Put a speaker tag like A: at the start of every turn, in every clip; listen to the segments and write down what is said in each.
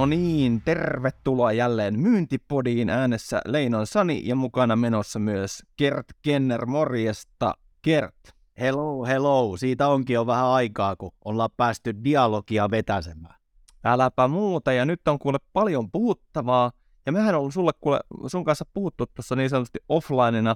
A: No niin, tervetuloa jälleen Myyntipodiin, äänessä Leinon Sani ja mukana menossa myös Kert Kenner. Morjesta, Kert.
B: Hello, hello. Siitä onkin jo vähän aikaa, kun ollaan päästy dialogia vetäsemään.
A: Äläpä muuta, ja nyt on kuule paljon puhuttavaa, ja mehän on sun kanssa puhuttu tuossa niin sanotusti offlineina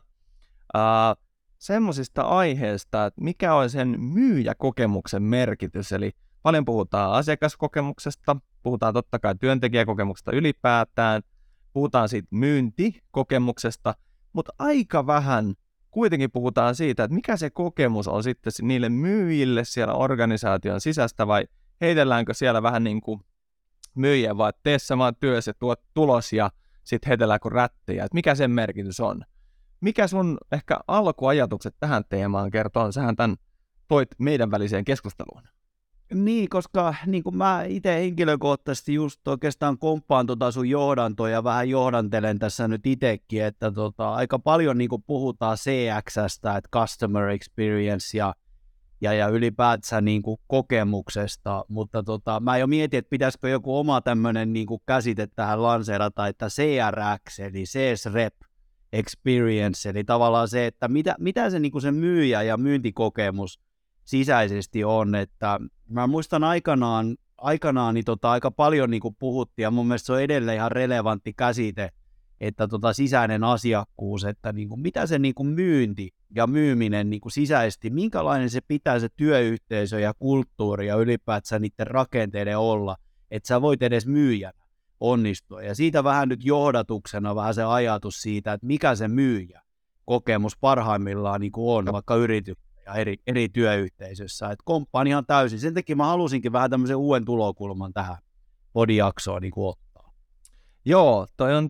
A: semmoisista aiheista, että mikä on sen myyjäkokemuksen merkitys, eli paljon puhutaan asiakaskokemuksesta, puhutaan totta kai työntekijäkokemuksesta ylipäätään, puhutaan siitä myyntikokemuksesta, mutta aika vähän kuitenkin puhutaan siitä, että mikä se kokemus on sitten niille myyjille siellä organisaation sisästä, vai heitelläänkö siellä vähän niin kuin myyjiä, vaan tee sä vaan työs ja tuot tulos ja sitten heitellään kuin rättejä, että mikä sen merkitys on. Mikä sun ehkä alkuajatukset tähän teemaan kertoo? Sähän tämän toit meidän väliseen keskusteluun.
B: Niin, koska niin kuin mä itse henkilökohtaisesti just oikeastaan komppaan sun johdantoa ja vähän johdantelen tässä nyt itsekin, että aika paljon niin kuin puhutaan CX:stä, että Customer Experience ja ylipäätään niin kuin kokemuksesta, mutta mä jo mietin, että pitäisikö joku oma tämmöinen niin kuin käsite tähän lanseerata, että CRX eli Sales Rep Experience, eli tavallaan se, että mitä se, niin kuin se myyjä ja myyntikokemus sisäisesti on, että mä muistan aikanaan niin aika paljon niin kuin puhuttiin, ja mun mielestä se on edelleen ihan relevantti käsite, että sisäinen asiakkuus, että niin kuin, mitä se niin kuin myynti ja myyminen niin kuin sisäisesti, minkälainen se pitää se työyhteisö ja kulttuuri ja ylipäätään niiden rakenteiden olla, että sä voit edes myyjänä onnistua. Ja siitä vähän nyt johdatuksena vähän se ajatus siitä, että mikä se myyjä kokemus parhaimmillaan niin kuin on, vaikka yrityksessä ja eri työyhteisössä. Et komppaan ihan täysin. Sen takia mä halusinkin vähän tämmöisen uuden tulokulman tähän podijaksoon niin kuin ottaa.
A: Joo, toi on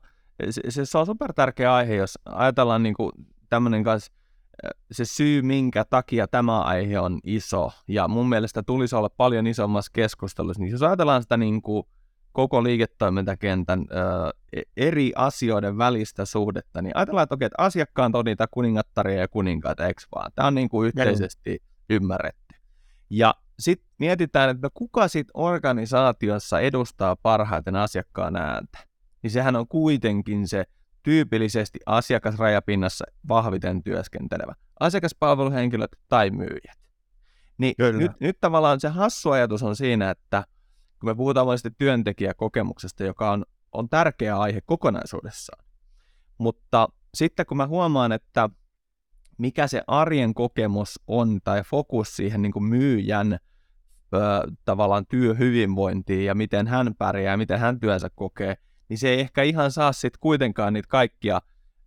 A: se on super tärkeä aihe, jos ajatellaan niin kuin tämmöinen kanssa se syy, minkä takia tämä aihe on iso, ja mun mielestä tulisi olla paljon isommassa keskustelussa, niin jos ajatellaan sitä niin kuin koko liiketoimintakentän eri asioiden välistä suhdetta, niin ajatellaan, että okei, että asiakkaat on niitä kuningattaria ja kuninkaita, eikö vaan? Tämä on niin kuin yhteisesti ymmärretty. Ja sitten mietitään, että kuka sitten organisaatiossa edustaa parhaiten asiakkaan ääntä. Niin sehän on kuitenkin se tyypillisesti asiakasrajapinnassa vahviten työskentelevä. Asiakaspalveluhenkilöt tai myyjät. Niin nyt tavallaan se hassu ajatus on siinä, että kun me puhutaan monesti työntekijäkokemuksesta, joka on tärkeä aihe kokonaisuudessaan. Mutta sitten kun mä huomaan, että mikä se arjen kokemus on tai fokus siihen niin kuin myyjän tavallaan työhyvinvointiin ja miten hän pärjää ja miten hän työnsä kokee, niin se ei ehkä ihan saa sitten kuitenkaan niitä kaikkia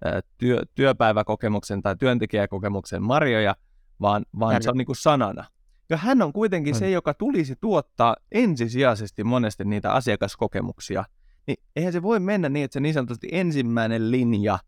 A: työpäiväkokemuksen tai työntekijäkokemuksen marjoja, vaan se on niin kuin sanana. Ja hän on kuitenkin se, joka tulisi tuottaa ensisijaisesti monesti niitä asiakaskokemuksia. Niin eihän se voi mennä niin, että se niin sanotusti ensimmäinen linja,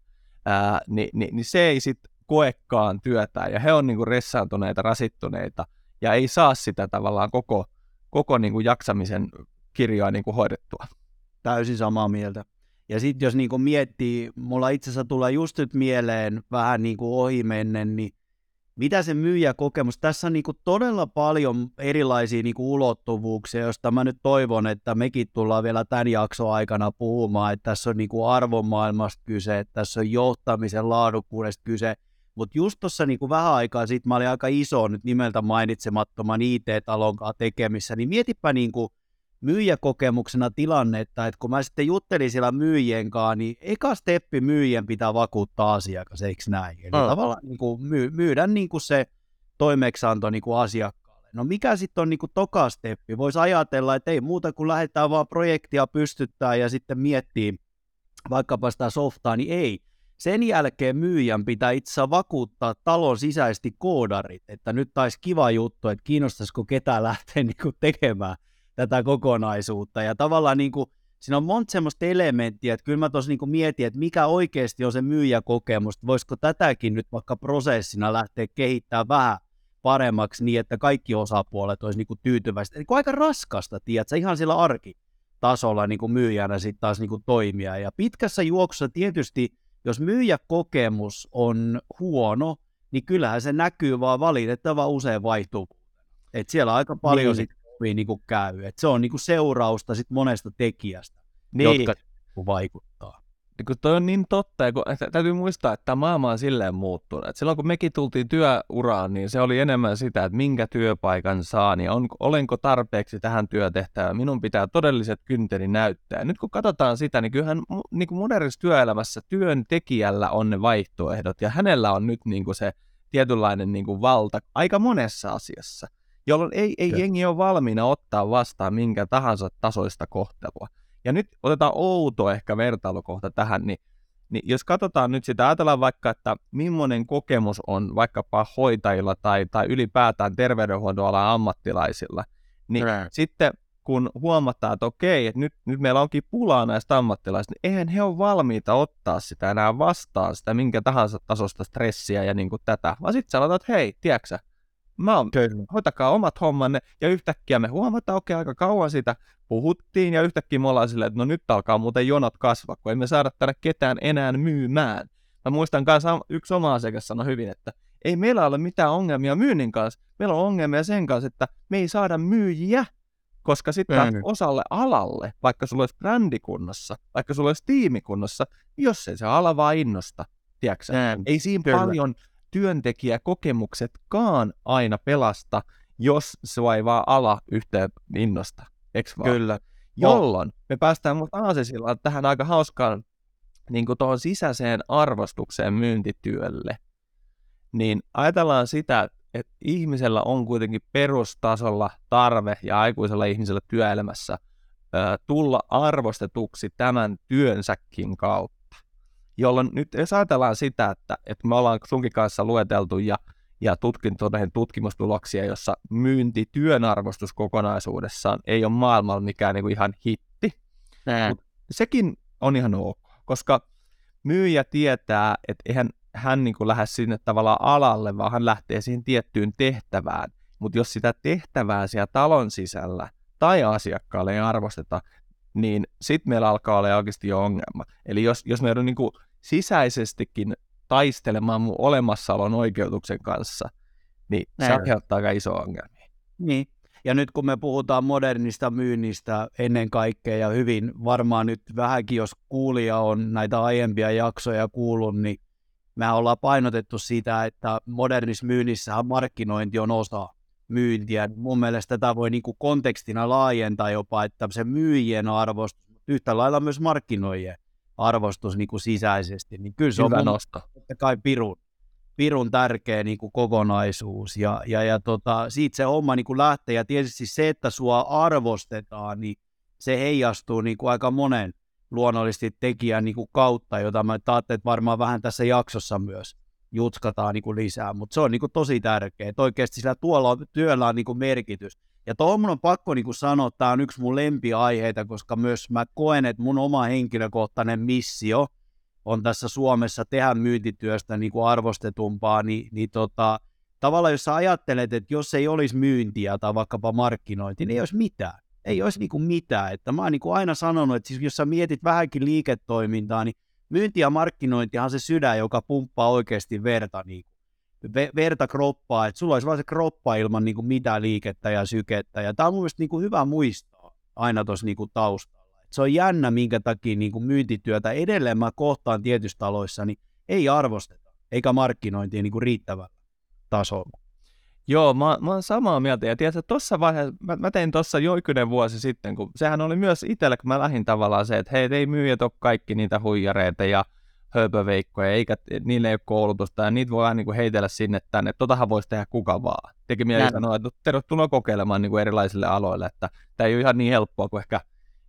A: niin se ei sitten koekaan työtä, ja he on niin kuin ressaantuneita, rasittuneita, ja ei saa sitä tavallaan koko niin kuin jaksamisen kirjoa niin kuin hoidettua.
B: Täysin samaa mieltä. Ja sitten jos niin kuin miettii, mulla itse asiassa tulee just nyt mieleen vähän niin kuin ohimennen, niin mitä se myyjäkokemus, tässä on niin kuin todella paljon erilaisia niin kuin ulottuvuuksia, joista mä nyt toivon, että mekin tullaan vielä tämän jakson aikana puhumaan, että tässä on niin kuin arvomaailmasta kyse, että tässä on johtamisen laadukkuudesta kyse, mutta just tuossa niin kuin vähän aikaa sitten mä olin aika iso nyt nimeltä mainitsemattoman IT-talon kanssa tekemissä, niin mietipä niin kuin myyjäkokemuksena tilannetta, että kun mä sitten juttelin siellä myyjien kanssa, niin eka steppi myyjien pitää vakuuttaa asiakas, eikö näin? Eli tavallaan niin kuin myydä niin kuin se toimeksianto niin kuin asiakkaalle. No mikä sitten on niin kuin toka steppi? Voisi ajatella, että ei muuta kuin lähdetään vaan projektia pystyttää ja sitten miettii vaikkapa sitä softaa, niin ei. Sen jälkeen myyjän pitää itse asiassa vakuuttaa talon sisäisesti koodarit, että nyt taisi kiva juttu, että kiinnostaisiko ketään lähteä niin kuin tekemään tätä kokonaisuutta, ja tavallaan niin kuin, siinä on monta semmoista elementtiä, että kyllä mä tuossa niin mietin, että mikä oikeasti on se myyjäkokemus, voisiko tätäkin nyt vaikka prosessina lähteä kehittämään vähän paremmaksi niin, että kaikki osapuolet olisi niin kuin tyytyväisiä. Eli aika raskasta, tiedätkö, ihan sillä arkitasolla niin kuin myyjänä sitten taas niin kuin toimia, ja pitkässä juoksussa tietysti, jos myyjäkokemus on huono, niin kyllähän se näkyy vaan valitettavan usein vaihtuvuutena. Että siellä aika paljon sitten niin kuin käy. Et se on niin kuin seurausta sit monesta tekijästä,
A: Niin.
B: jotka vaikuttaa.
A: Kun toi on niin totta, ja täytyy muistaa, että tämä maailma on silleen muuttunut. Et silloin kun mekin tultiin työuraan, niin se oli enemmän sitä, että minkä työpaikan saan ja olenko tarpeeksi tähän työtehtävään. Minun pitää todelliset kynteni näyttää. Ja nyt kun katsotaan sitä, niin kyllähän niin kuin modernissa työelämässä työntekijällä on ne vaihtoehdot ja hänellä on nyt niin kuin se tietynlainen niin kuin valta aika monessa asiassa, jolloin ei jengi ole valmiina ottaa vastaan minkä tahansa tasoista kohtelua. Ja nyt otetaan outo ehkä vertailukohta tähän, niin jos katsotaan nyt sitä, ajatellaan vaikka, että millainen kokemus on vaikkapa hoitajilla tai ylipäätään terveydenhuoltoalan ammattilaisilla, niin sitten kun huomataan, että okei, että nyt meillä onkin pulaa näistä ammattilaisista, niin eihän he ole valmiita ottaa sitä enää vastaan, sitä minkä tahansa tasosta stressiä ja niin kuin tätä, vaan sitten sanotaan, että hei, tiedätkö hoitakaa omat hommanne, ja yhtäkkiä me huomataan, okei, aika kauan sitä puhuttiin, ja yhtäkkiä me ollaan silleen, että no nyt alkaa muuten jonot kasvaa, kun emme saada tänne ketään enää myymään. Mä muistan kanssa, yksi oma asiakas sanoi hyvin, että ei meillä ole mitään ongelmia myynnin kanssa, meillä on ongelmia sen kanssa, että me ei saada myyjiä, koska sitten osalle alalle, vaikka sulla olisi brändikunnossa, vaikka sulla olisi tiimikunnossa, jos ei se ala vaan innosta, tiedätkö ei siinä paljon työntekijäkokemuksetkaan aina pelasta, jos sua ei vaan ala yhteen innosta, eikö vaan?
B: Kyllä.
A: Jolloin me päästään aasisilla tähän aika hauskaan niin kuin tuohon sisäiseen arvostukseen myyntityölle. Niin ajatellaan sitä, että ihmisellä on kuitenkin perustasolla tarve ja aikuisella ihmisellä työelämässä tulla arvostetuksi tämän työnsäkin kautta. Jolloin nyt jos ajatellaan sitä, että me ollaan sunkin kanssa lueteltu ja tutkinut tutkimustuloksia, jossa myyntityön arvostus kokonaisuudessaan ei ole maailmalla mikään niin kuin ihan hitti. Sekin on ihan ok, koska myyjä tietää, että eihän hän niin kuin lähde sinne tavallaan alalle, vaan hän lähtee siihen tiettyyn tehtävään. Mutta jos sitä tehtävää siellä talon sisällä tai asiakkaalle ei arvosteta, niin sitten meillä alkaa olla oikeasti jo ongelma. Eli jos me joudun niin kuin sisäisestikin taistelemaan mun olemassaolon oikeutuksen kanssa, niin se aiheuttaa aika iso ongelmia.
B: Niin. Ja nyt kun me puhutaan modernista myynnistä ennen kaikkea ja hyvin varmaan nyt vähänkin, jos kuulija on näitä aiempia jaksoja kuullut, niin me ollaan painotettu sitä, että modernissa myynnissähän markkinointi on osa myyntiä. Mun mielestä tätä voi niin kuin kontekstina laajentaa jopa, että se myyjien arvostus, yhtä lailla myös markkinoijien arvostus niin kuin sisäisesti, niin kyllä se
A: hyvä
B: on
A: nosto.
B: Totta kai pirun tärkeä niin kuin kokonaisuus ja siitä se homma niin kuin lähtee ja tietysti se, että sua arvostetaan, niin se heijastuu niin kuin aika monen luonnollisesti tekijän niin kuin kautta, jota mä ajattelin, että varmaan vähän tässä jaksossa myös jutskataan niin kuin lisää, mutta se on niin kuin tosi tärkeää, että oikeasti sillä työllä on niin kuin merkitys. Ja tuohon mun on pakko niin kuin sanoa, että tämä on yksi mun lempiaiheita, koska myös mä koen, että mun oma henkilökohtainen missio on tässä Suomessa tehdä myyntityöstä niin kuin arvostetumpaa, niin tavallaan jos sä ajattelet, että jos ei olisi myyntiä tai vaikkapa markkinointi, niin ei olisi mitään. Ei olisi niin kuin mitään. Että mä oon niin kuin aina sanonut, että siis jos sä mietit vähänkin liiketoimintaa, niin myynti ja markkinointihan on se sydän, joka pumppaa oikeasti verta, niin verta kroppaa, että sulla olisi vaan se kroppa ilman niin kuin mitään liikettä ja sykettä. Ja tämä on mun mielestä niin kuin hyvä muistaa aina tuossa niin kuin taustalla. Et se on jännä, minkä takia niin kuin myyntityötä edelleen mä kohtaan tietyissä taloissa, niin ei arvosteta, eikä markkinointia niin kuin riittävällä tasolla.
A: Joo, mä oon samaa mieltä. Ja tiedätkö, tuossa vaiheessa, mä tein tuossa joikunen vuosi sitten, kun sehän oli myös itsellä, kun mä lähdin tavallaan se, että hei, ei myyjät ole kaikki niitä huijareita ja höpöveikkoja, eikä niille ei ole koulutusta, ja niitä voi aina niin heitellä sinne tänne. Totahan voisi tehdä kuka vaan. Teki mieli sanoa, että tervetuloa kokeilemaan niin kuin erilaisille aloille, että tämä ei ole ihan niin helppoa kuin ehkä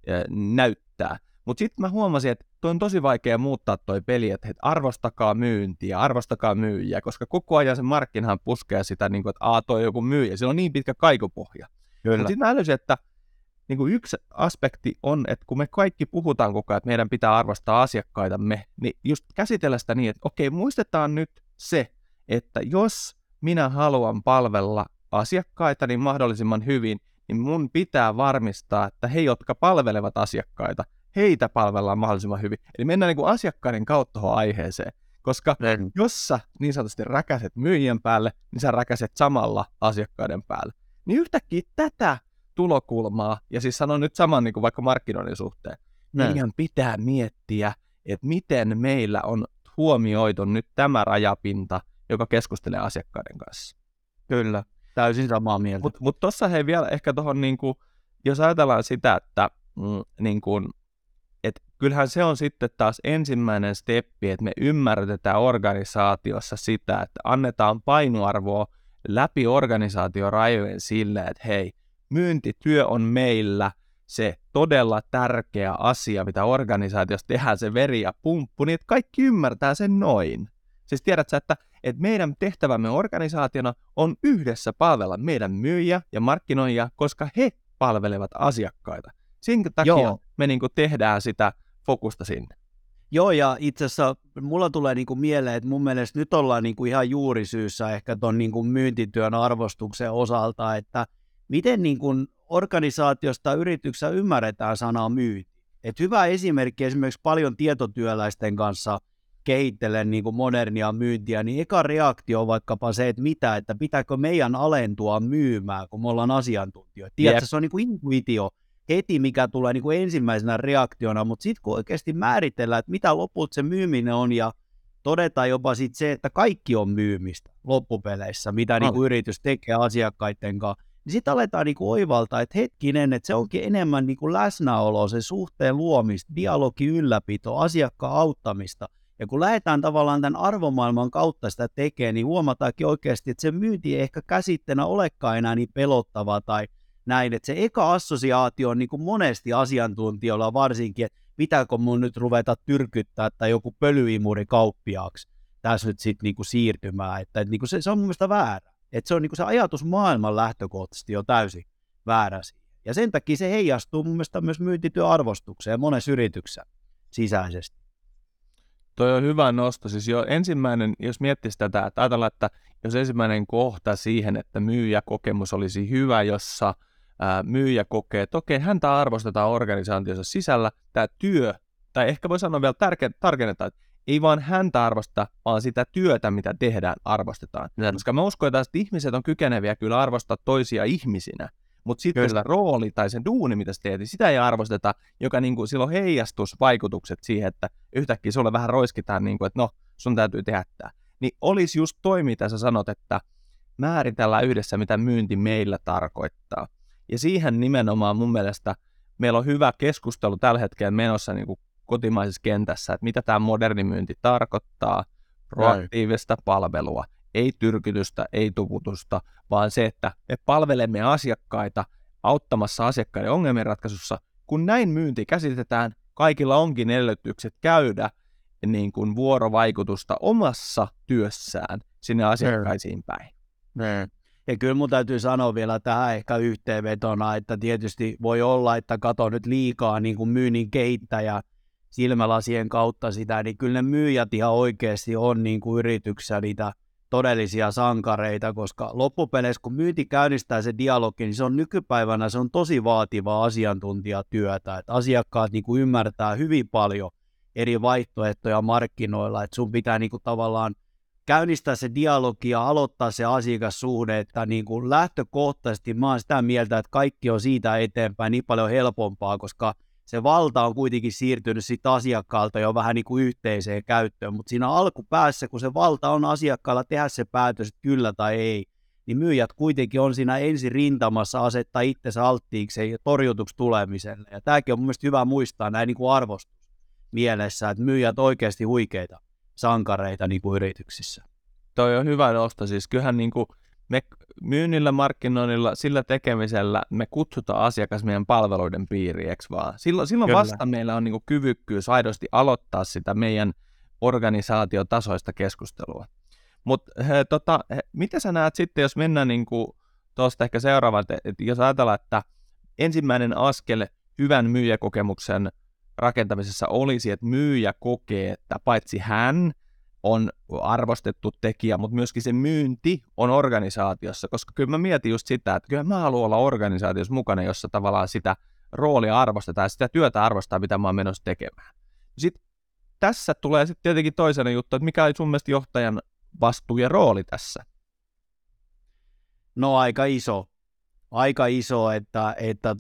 A: näyttää. Mutta sitten mä huomasin, että toi on tosi vaikea muuttaa toi peli, että arvostakaa myyntiä, arvostakaa myyjiä, koska koko ajan se markkinahan puskee sitä, niin kuin, että toi on joku myyjä, sillä on niin pitkä kaikupohja. Mutta sitten mä löysin, että niin kuin yksi aspekti on, että kun me kaikki puhutaan koko ajan, että meidän pitää arvostaa asiakkaitamme, niin just käsitellä sitä niin, että okei, muistetaan nyt se, että jos minä haluan palvella asiakkaita niin mahdollisimman hyvin, niin mun pitää varmistaa, että he, jotka palvelevat asiakkaita, heitä palvellaan mahdollisimman hyvin. Eli mennään niin kuin asiakkaiden kautta tuohon aiheeseen, koska jos sä niin sanotusti räkäset myyjien päälle, niin sä räkäset samalla asiakkaiden päälle. Niin yhtäkkiä tätä tulokulmaa, ja siis sanon nyt saman niin kuin vaikka markkinoinnin suhteen. Meidän pitää miettiä, että miten meillä on huomioitu nyt tämä rajapinta, joka keskustelee asiakkaiden kanssa.
B: Kyllä, täysin samaa mieltä.
A: Mutta tuossa hei vielä ehkä tuohon, niinku, jos ajatellaan sitä, että niinku, et kyllähän se on sitten taas ensimmäinen steppi, että me ymmärretään organisaatiossa sitä, että annetaan painoarvoa läpi organisaation rajojen sille, että hei, myyntityö on meillä se todella tärkeä asia, mitä organisaatiossa tehdään, se veri ja pumppu, niin että kaikki ymmärtää sen noin. Siis tiedätkö, että meidän tehtävämme organisaationa on yhdessä palvella meidän myyjiä ja markkinoijia, koska he palvelevat asiakkaita. Sen takia me niin kuin tehdään sitä fokusta sinne.
B: Joo, ja itse asiassa mulla tulee niin kuin mieleen, että mun mielestä nyt ollaan niin kuin ihan juurisyyssä ehkä ton niin kuin myyntityön arvostuksen osalta, että miten niin kuin organisaatiosta yrityksessä ymmärretään sanaa myynti. Et hyvä esimerkki esimerkiksi paljon tietotyöläisten kanssa kehittelen niin kuin modernia myyntiä, niin eka reaktio on vaikkapa se, että pitääkö meidän alentua myymään, kun me ollaan asiantuntijoita. Tiedätkö, se on niin kuin intuitio heti, mikä tulee niin kuin ensimmäisenä reaktiona, mutta sitten kun oikeasti määritellään, että mitä lopulta se myyminen on, ja todetaan jopa sit se, että kaikki on myymistä loppupeleissä, mitä niin kuin yritys tekee asiakkaiden kanssa, niin sitten aletaan niin kuin oivaltaa, että hetkinen, että se onkin enemmän niin kuin läsnäoloa, se suhteen luomista, dialogi ylläpito, asiakkaan auttamista. Ja kun lähdetään tavallaan tämän arvomaailman kautta sitä tekemään, niin huomataankin oikeasti, että se myynti ei ehkä käsitteenä olekaan enää niin pelottava tai näin, että se eka assosiaatio on niin kuin monesti asiantuntijoilla varsinkin, että pitääkö mun nyt ruveta tyrkyttää tai joku pölyimuri kauppiaaksi tässä nyt sitten niin kuin siirtymään, että niin kuin se on mun mielestä väärä, että se on niin kuin se ajatusmaailman lähtökohtaisesti jo täysin väärä siihen. Ja sen takia se heijastuu mun mielestä myös myyntityöarvostukseen monessa yrityksessä sisäisesti.
A: Toi on hyvä nosto. Siis jo ensimmäinen, jos miettisi tätä, että ajatellaan, että jos ensimmäinen kohta siihen, että myyjäkokemus olisi hyvä, jossa myyjä kokee, että okei, häntä arvostetaan organisaationsa sisällä, tämä työ, tai ehkä voi sanoa vielä tarkennetaan, että ei vaan häntä arvosteta, vaan sitä työtä, mitä tehdään, arvostetaan. Koska mä uskon, että ihmiset on kykeneviä kyllä arvostaa toisia ihmisinä, mutta sitten se rooli tai se duuni, mitä sä teet, niin sitä ei arvosteta, joka niin kuin, sillä on heijastusvaikutukset siihen, että yhtäkkiä sulle vähän roiskitaan, niin kuin, että no, sun täytyy tehdä tämä. Niin olisi just toi, mitä sä sanot, että määritellään yhdessä, mitä myynti meillä tarkoittaa. Ja siihen nimenomaan mun mielestä meillä on hyvä keskustelu tällä hetkellä menossa niin kuin kotimaisessa kentässä, että mitä tämä moderni myynti tarkoittaa, proaktiivista palvelua. Ei tyrkytystä, ei tuputusta, vaan se, että me palvelemme asiakkaita auttamassa asiakkaiden ongelmien ratkaisussa. Kun näin myynti käsitetään, kaikilla onkin edellytykset käydä niin kuin vuorovaikutusta omassa työssään sinne asiakkaisiin päin.
B: Ja kyllä mun täytyy sanoa vielä tähän ehkä yhteenvetona, että tietysti voi olla, että kato nyt liikaa niin kuin myynnin kehittäjä silmälasien kautta sitä, niin kyllä ne myyjät ihan oikeasti on niin kuin yrityksessä niitä todellisia sankareita, koska loppupeleissä kun myynti käynnistää se dialogi, niin se on nykypäivänä se on tosi vaativaa asiantuntijatyötä, että asiakkaat niin kuin ymmärtää hyvin paljon eri vaihtoehtoja markkinoilla, että sun pitää niin kuin tavallaan käynnistää se dialogi ja aloittaa se asiakassuhde, että niin kuin lähtökohtaisesti mä oon sitä mieltä, että kaikki on siitä eteenpäin niin paljon helpompaa, koska se valta on kuitenkin siirtynyt siitä asiakkaalta jo vähän niin kuin yhteiseen käyttöön, mutta siinä alkupäässä, kun se valta on asiakkaalla tehdä se päätös, että kyllä tai ei, niin myyjät kuitenkin on siinä ensin rintamassa asettaa itsensä alttiikseen ja torjutuksi tulemiselle. Ja tämäkin on mun mielestä hyvä muistaa näin niin kuin arvostus mielessä, että myyjät oikeasti huikeita sankareita niin kuin yrityksissä.
A: Toi on hyvä nosto. Siis kyllähän niin kuin me myynnillä, markkinoinnilla, sillä tekemisellä me kutsutaan asiakas meidän palveluiden piiriin, eikö vaan? Silloin vasta meillä on niin kuin kyvykkyys aidosti aloittaa sitä meidän organisaatiotasoista keskustelua. Mutta mitä sä näet sitten, jos mennään niin tuosta ehkä seuraavaan, että jos ajatellaan, että ensimmäinen askel hyvän myyjäkokemuksen rakentamisessa olisi, että myyjä kokee, että paitsi hän on arvostettu tekijä, mutta myöskin se myynti on organisaatiossa, koska kyllä mä mietin just sitä, että kyllä mä haluan olla organisaatiossa mukana, jossa tavallaan sitä roolia arvostetaan ja sitä työtä arvostaa, mitä mä oon menossa tekemään. Sitten tässä tulee sitten tietenkin toisena juttu, että mikä on sun mielestä johtajan vastuu ja rooli tässä?
B: No aika iso. aika iso, että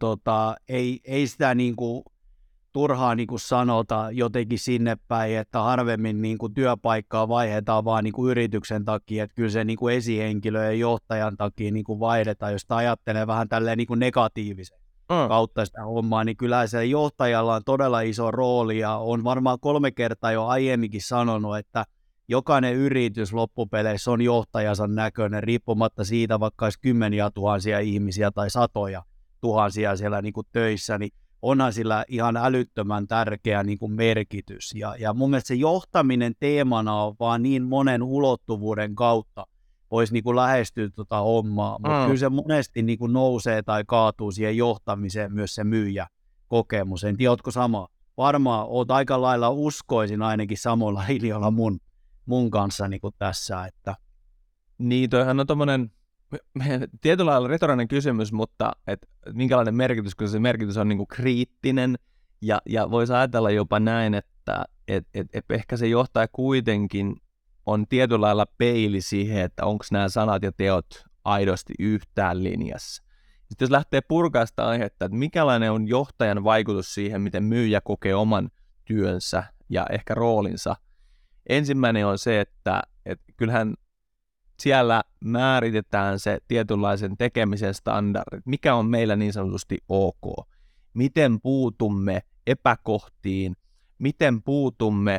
B: ei sitä niin kuin turhaa niin kuin sanota jotenkin sinne päin, että harvemmin niin kuin työpaikkaa vaihdetaan vaan niin kuin yrityksen takia, että kyllä se niin kuin esihenkilö ja johtajan takia niin kuin vaihdetaan, jos ajattelee vähän tälleen niin kuin negatiivisen kautta sitä hommaa, niin kyllä se johtajalla on todella iso rooli ja on varmaan 3 kertaa jo aiemminkin sanonut, että jokainen yritys loppupeleissä on johtajansa näköinen, riippumatta siitä, vaikka olisi 10,000 ihmisiä tai 100,000 siellä niin kuin töissä, niin onhan sillä ihan älyttömän tärkeä niin kuin merkitys. Ja mun mielestä se johtaminen teemana on vaan niin monen ulottuvuuden kautta voisi niin kuin lähestyä tuota hommaa, mutta kyllä se monesti niin kuin nousee tai kaatuu siihen johtamiseen myös se myyjäkokemus. En tiedä, ootko sama? Varmaan oot aika lailla, uskoisin ainakin samalla linjalla mun kanssa niin kuin tässä. Että.
A: Niin, toihan on tommonen tietyllä lailla retorinen kysymys, mutta minkälainen merkitys, kun se merkitys on niin kuin kriittinen, ja voisi ajatella jopa näin, että ehkä se johtaja kuitenkin on tietyllä lailla peili siihen, että onko nämä sanat ja teot aidosti yhtään linjassa. Sitten jos lähtee purkaa sitä aihetta, että mikälainen on johtajan vaikutus siihen, miten myyjä kokee oman työnsä ja ehkä roolinsa. Ensimmäinen on se, että kyllähän siellä määritetään se tietynlaisen tekemisen standardit, mikä on meillä niin sanotusti ok. Miten puutumme epäkohtiin, miten puutumme,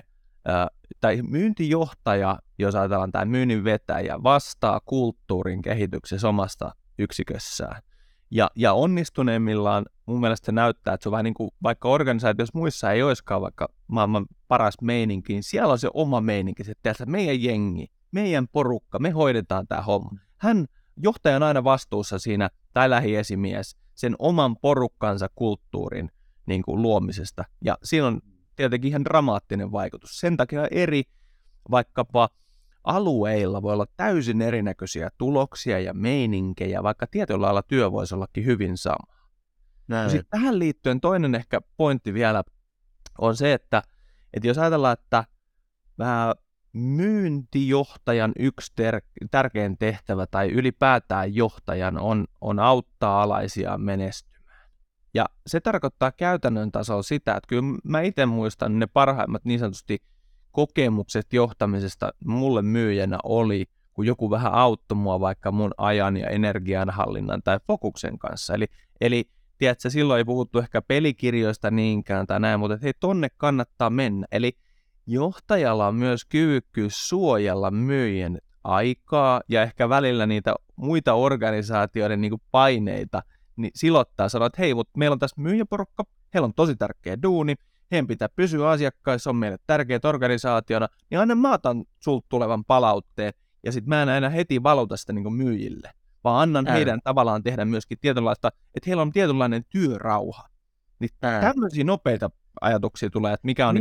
A: tai myyntijohtaja, jos ajatellaan tämä myynnin vetäjä, vastaa kulttuurin kehityksessä omasta yksikössään. Ja onnistuneimmillaan mun mielestä se näyttää, että se on vähän niin kuin, vaikka organisaatiossa muissa ei olisikaan vaikka maailman paras meininki, niin siellä on se oma meininki, että meidän jengi, meidän porukka, me hoidetaan tämä homma. Johtaja on aina vastuussa siinä, tai lähiesimies, sen oman porukkansa kulttuurin niin kuin luomisesta. Ja siinä on tietenkin ihan dramaattinen vaikutus. Sen takia eri vaikkapa alueilla voi olla täysin erinäköisiä tuloksia ja meininkejä, vaikka tietyllä lailla työ voisi ollakin hyvin sama. Sitten tähän liittyen toinen ehkä pointti vielä on se, että jos ajatellaan, että vähän myyntijohtajan yksi tärkein tehtävä tai ylipäätään johtajan on auttaa alaisiaan menestymään. Ja se tarkoittaa käytännön tasolla sitä, että kyllä mä itse muistan ne parhaimmat niin sanotusti kokemukset johtamisesta mulle myyjänä oli, kun joku vähän auttoi mua vaikka mun ajan ja energianhallinnan tai fokuksen kanssa. Eli tiedätkö, silloin ei puhuttu ehkä pelikirjoista niinkään tai näin, mutta hei, tonne kannattaa mennä. Eli johtajalla on myös kyvykkyys suojella myyjien aikaa ja ehkä välillä niitä muita organisaatioiden niin kuin paineita, niin silottaa sanoa, että hei, mutta meillä on tässä myyjäporukka, heillä on tosi tärkeä duuni, heidän pitää pysyä asiakkaissa, on meille tärkeät organisaationa, niin aina mä otan sulta tulevan palautteen, ja sitten mä en aina heti valuta sitä niin kuin myyjille, vaan annan heidän tavallaan tehdä myöskin tietynlaista, että heillä on tietynlainen työrauha. Niin tämmöisiä nopeita ajatuksia tulee, että mikä on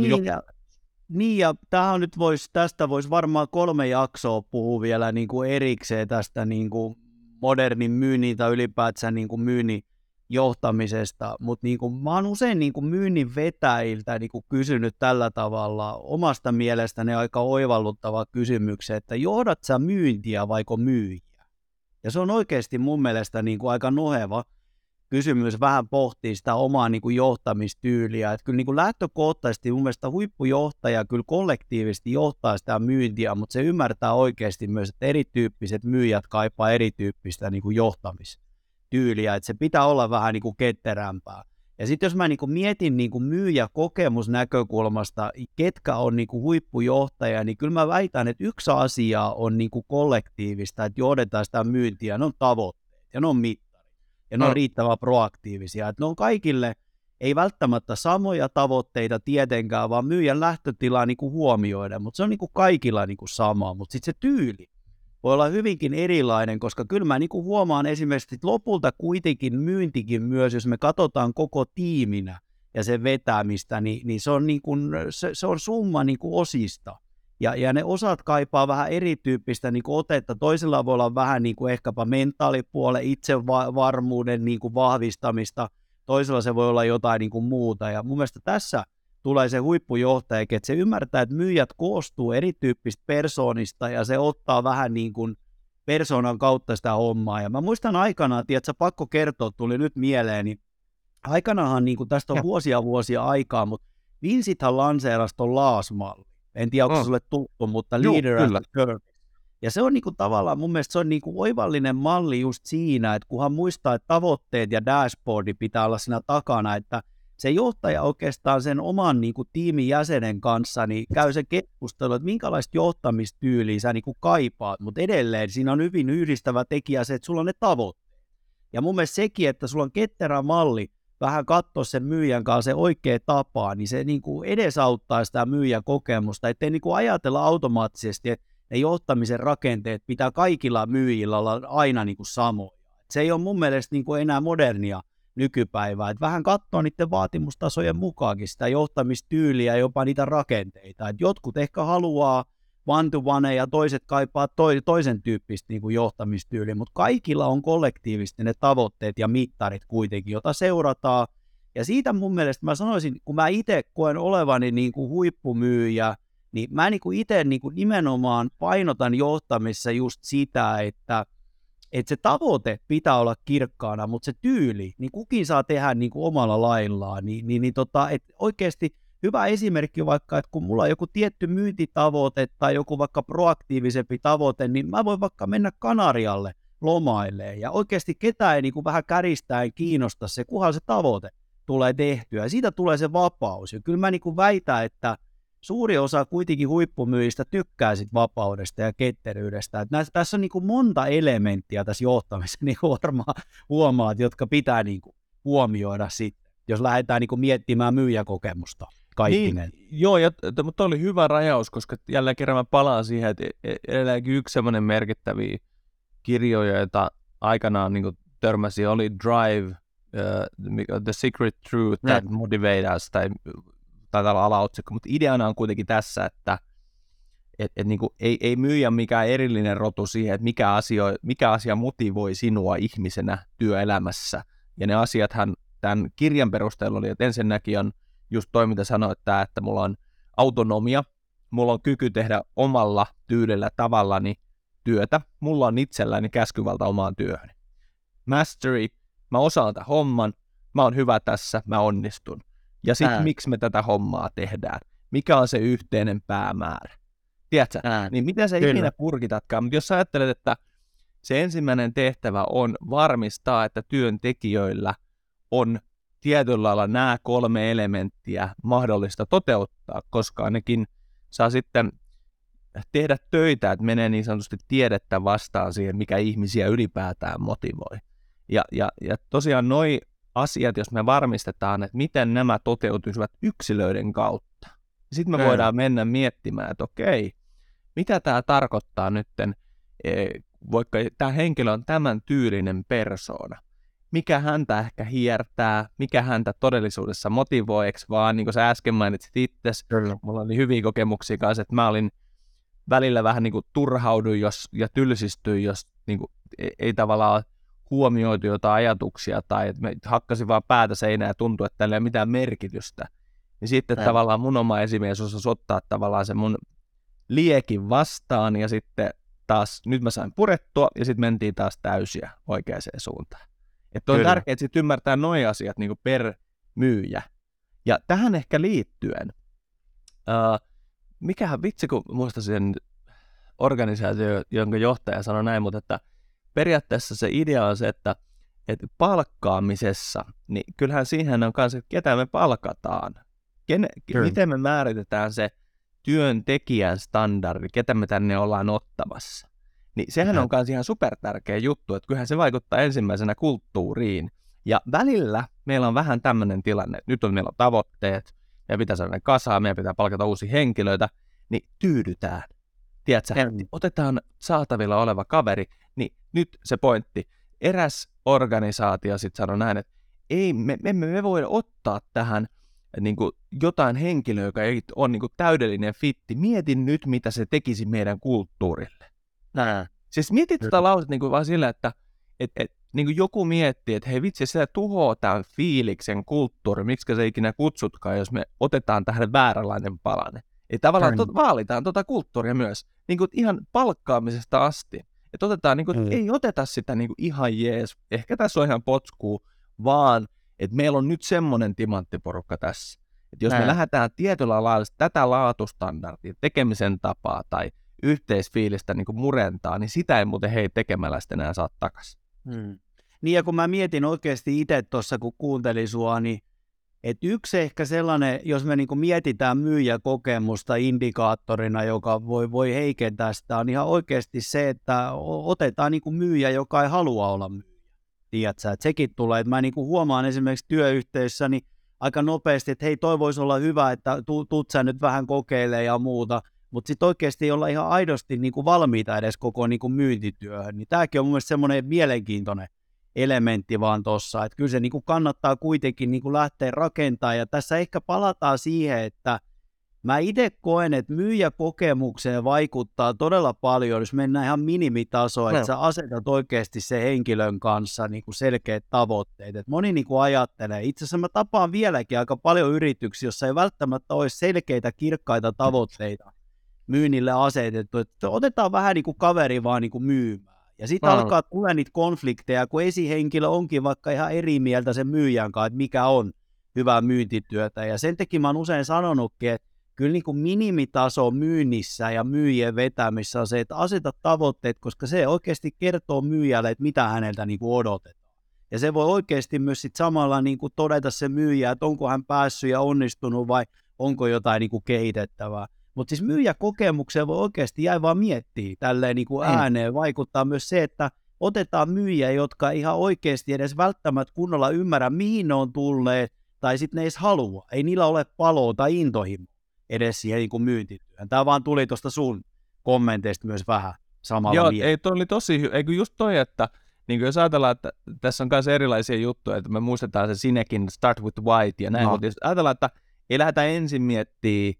B: Niin, ja tästä voisi varmaan 3 jaksoa puhua vielä niin kuin erikseen tästä niin kuin modernin myynnin tai ylipäätään niin kuin myynnin johtamisesta, mutta niin kuin, mä oon usein niin kuin myynnin vetäjiltä niin kuin kysynyt tällä tavalla omasta mielestäni aika oivalluttava kysymyksen, että johdat sä myyntiä vaiko myyjiä? Ja se on oikeasti mun mielestä niin kuin aika noheva kysymys vähän pohtii sitä omaa niin kuin johtamistyyliä. Että kyllä niin kuin lähtökohtaisesti mun mielestä huippujohtaja kyllä kollektiivisesti johtaa sitä myyntiä, mutta se ymmärtää oikeasti myös, että erityyppiset myyjät kaipaa erityyppistä niin kuin johtamistyyliä. Että se pitää olla vähän niin kuin ketterämpää. Ja sitten jos mä niin kuin mietin niin kuin myyjäkokemusnäkökulmasta, ketkä on niin kuin huippujohtaja, niin kyllä mä väitän, että yksi asia on niin kuin kollektiivista, että johdetaan sitä myyntiä, ne on tavoitteet ja ne on mittarit. Ja ne on riittävän proaktiivisia. Että ne on kaikille, ei välttämättä samoja tavoitteita tietenkään, vaan myyjän lähtötilaa niin kuin huomioiden, mutta se on niin kuin kaikilla niin kuin sama. Mutta sitten se tyyli voi olla hyvinkin erilainen, koska kyllä mä niin kuin huomaan esimerkiksi, että lopulta kuitenkin myyntikin myös, jos me katsotaan koko tiiminä ja sen vetämistä, niin se on, niin kuin, se on summa niin kuin osista. Ja ne osat kaipaa vähän erityyppistä niin kuin otetta. Toisella voi olla vähän niin kuin ehkäpä mentaalipuolen itsevarmuuden niin kuin vahvistamista. Toisella se voi olla jotain niin kuin muuta. Ja mun mielestä tässä tulee se huippujohtaja, että se ymmärtää, että myyjät koostuu erityyppistä persoonista ja se ottaa vähän niin kuin persoonan kautta sitä hommaa. Ja mä muistan aikanaan, tiedätkö, pakko kertoa, tuli nyt mieleen, niin aikanaanhan niin tästä on vuosia aikaa, mutta Vincithan lanseerasi ton LAS-malli. En tiedä, onko se sulle tuttu, mutta Leader as a Service. Ja se on tavallaan, mun mielestä se on oivallinen malli just siinä, että kunhan muistaa, että tavoitteet ja dashboardi pitää olla siinä takana, että se johtaja oikeastaan sen oman tiimin jäsenen kanssa niin käy se keskustelu, että minkälaista johtamistyyliä sä kaipaat, mutta edelleen siinä on hyvin yhdistävä tekijä se, että sulla on ne tavoitteet. Ja mun mielestä sekin, että sulla on ketterä malli, vähän katsoa sen myyjän kanssa se oikea tapa, niin se edesauttaa sitä myyjän kokemusta, ettei ajatella automaattisesti, että ne johtamisen rakenteet pitää kaikilla myyjillä olla aina samoja. Se ei ole mun mielestä enää modernia nykypäivää, että vähän katsoa niiden vaatimustasojen mukaankin sitä johtamistyyliä ja jopa niitä rakenteita. Että jotkut ehkä haluaa one-to-one ja toiset kaipaa toisen tyyppistä johtamistyyliä, mutta kaikilla on kollektiivisesti ne tavoitteet ja mittarit kuitenkin, jota seurataan. Ja siitä mun mielestä mä sanoisin, kun mä itse koen olevani huippumyyjä, niin mä itse nimenomaan painotan johtamissa just sitä, että se tavoite pitää olla kirkkaana, mutta se tyyli, niin kukin saa tehdä omalla laillaan. Että oikeasti hyvä esimerkki vaikka, että kun mulla on joku tietty myyntitavoite tai joku vaikka proaktiivisempi tavoite, niin mä voin vaikka mennä Kanarialle lomailleen. Ja oikeasti ketään ei vähän käristäen kiinnosta se, kunhan se tavoite tulee tehtyä. Ja siitä tulee se vapaus. Ja kyllä mä väitän, että suuri osa kuitenkin huippumyyjistä tykkää sit vapaudesta ja ketteryydestä. Et tässä on monta elementtiä tässä johtamisessa, niin varmaan huomaat, jotka pitää huomioida sitten, jos lähdetään miettimään myyjäkokemusta kaikkinen.
A: Niin, joo, mutta oli hyvä rajaus, koska jälleen kerran mä palaan siihen, että edelläkin yksi semmoinen merkittäviä kirjoja, joita aikanaan törmäsi, oli Drive, The Secret Truth That Motivates Us, taitaa olla alaotsikko, mutta ideana on kuitenkin tässä, että ei myyjä mikään erillinen rotu siihen, että mikä asia motivoi sinua ihmisenä työelämässä. Ja ne asiathan tämän kirjan perusteella oli, että ensinnäkin on just toi, mitä sanoit, että mulla on autonomia, mulla on kyky tehdä omalla tyylillä tavallani työtä, mulla on itselläni käskyvalta omaan työhön. Mastery, mä osaan tämän homman, mä oon hyvä tässä, mä onnistun. Ja sitten miksi me tätä hommaa tehdään? Mikä on se yhteinen päämäärä? Tiedätkö? Niin miten sä ikinä purkitatkaan? Mutta jos sä ajattelet, että se ensimmäinen tehtävä on varmistaa, että työntekijöillä on tietyllä lailla nämä 3 elementtiä mahdollista toteuttaa, koska nekin saa sitten tehdä töitä, että menee niin sanotusti tiedettä vastaan siihen, mikä ihmisiä ylipäätään motivoi. Ja tosiaan noi asiat, jos me varmistetaan, että miten nämä toteutuisivat yksilöiden kautta. Sitten me voidaan mennä miettimään, että okei, mitä tämä tarkoittaa nytten, vaikka tämä henkilö on tämän tyylinen persoona. Mikä häntä ehkä hiertää, mikä häntä todellisuudessa motivoi, eikö vaan, niin kuin sä äsken mainitsit itse, mulla oli hyviä kokemuksia kanssa, että mä olin välillä vähän niin kuin turhauduin ja tylsistyin, jos niin kuin, ei tavallaan huomioitu jotain ajatuksia tai että me hakkasin vaan päätä seinään ja tuntui, että tällä ei ole mitään merkitystä. Niin sitten tavallaan mun oma esimies osasi ottaa tavallaan se mun liekin vastaan ja sitten taas nyt mä sain purettua ja sitten mentiin taas täysiä oikeaan suuntaan. Että on tärkeää sitten ymmärtää nuo asiat niin kuin per myyjä. Ja tähän ehkä liittyen, mikähän vitsi kun muistasin sen organisaatio, jonka johtaja sanoi näin, mutta että periaatteessa se idea on se, että palkkaamisessa, niin kyllähän siihen on kanssa, että ketä me palkataan. Miten me määritetään se työntekijän standardi, ketä me tänne ollaan ottamassa. Niin sehän on myös ihan supertärkeä juttu, että kyllähän se vaikuttaa ensimmäisenä kulttuuriin. Ja välillä meillä on vähän tämmöinen tilanne, että nyt meillä on tavoitteet, meidän pitää saada ne kasaan, meidän pitää palkata uusia henkilöitä, niin tyydytään. Tiedätkö, otetaan saatavilla oleva kaveri, niin nyt se pointti. Eräs organisaatio sitten sanoi näin, että ei, me emme voi ottaa tähän niin kuin jotain henkilöä, joka ei ole niin kuin täydellinen fitti. Mietin nyt, mitä se tekisi meidän kulttuurille. Siis mietit tätä lausetta niin kuin vaan sillä, että niin kuin joku miettii, että hei vitsi, se tuhoaa tämän fiiliksen kulttuuri, miksi se ikinä kutsutkaan, jos me otetaan tähän vääränlainen palanen. Eli tavallaan vaalitaan tuota kulttuuria myös, niin kuin ihan palkkaamisesta asti. että otetaan, niin kuin, ei oteta sitä niin kuin ihan jees, ehkä tässä on ihan potskuu, vaan että meillä on nyt semmoinen timanttiporukka tässä, että jos me lähdetään tietyllä lailla tätä laatustandardia, tekemisen tapaa tai yhteisfiilistä niin kuin murentaa, niin sitä ei muuten tekemällä sitten enää saa takaisin.
B: Niin ja kun mä mietin oikeasti itse tuossa, kun kuuntelin sua, niin että yksi ehkä sellainen, jos me niinku mietitään myyjäkokemusta indikaattorina, joka voi heikentää sitä, on ihan oikeasti se, että otetaan niinku myyjä, joka ei halua olla myyjä. Tiedätkö, että sekin tulee, että mä niinku huomaan esimerkiksi työyhteisössäni aika nopeasti, että hei, toi voisi olla hyvä, että tuut sä nyt vähän kokeilemaan ja muuta, mutta sitten oikeasti ei olla ihan aidosti niinku valmiita edes koko niinku myyntityöhön. Niin tämäkin on mun mielestä semmoinen mielenkiintoinen elementti vaan tuossa, että kyllä se niinku kannattaa kuitenkin niinku lähteä rakentamaan, ja tässä ehkä palataan siihen, että mä itse koen, että myyjäkokemukseen vaikuttaa todella paljon, jos mennään ihan minimitasoon, että sä asetat oikeasti se henkilön kanssa niinku selkeät tavoitteet, että moni niinku ajattelee, itse asiassa mä tapaan vieläkin aika paljon yrityksiä, jossa ei välttämättä ole selkeitä, kirkkaita tavoitteita myynnille asetettu, että otetaan vähän niinku kaveri vaan niinku myymään. Ja sitten alkaa tulla niitä konflikteja, kun esihenkilö onkin vaikka ihan eri mieltä sen myyjän kanssa, että mikä on hyvää myyntityötä. Ja sen takia mä oon usein sanonutkin, että kyllä niin kuin minimitaso myynnissä ja myyjien vetämissä on se, että aseta tavoitteet, koska se oikeasti kertoo myyjälle, että mitä häneltä niin kuin odotetaan. Ja se voi oikeasti myös sit samalla niin kuin todeta se myyjä, että onko hän päässyt ja onnistunut vai onko jotain niin kuin kehitettävää. Mutta siis myyjäkokemukseen voi oikeasti jäi vaan miettiä tälleen niin kuin ääneen. Vaikuttaa myös se, että otetaan myyjiä, jotka ihan oikeasti edes välttämättä kunnolla ymmärrä, mihin ne on tulleet, tai sitten ne edes halua. Ei niillä ole paloa tai intohimoa edes siihen niin kuin myyntityöhön. Tämä vaan tuli tuosta sun kommenteista myös vähän samalla
A: Joo,
B: mieltä.
A: ei toi oli tosi hyvä. Eikö just toi, että niin jos ajatellaan, että tässä on myös erilaisia juttuja, että me muistetaan se Sinekin Start with White ja näin, mutta jos ajatellaan, että ei lähdetä ensin miettimään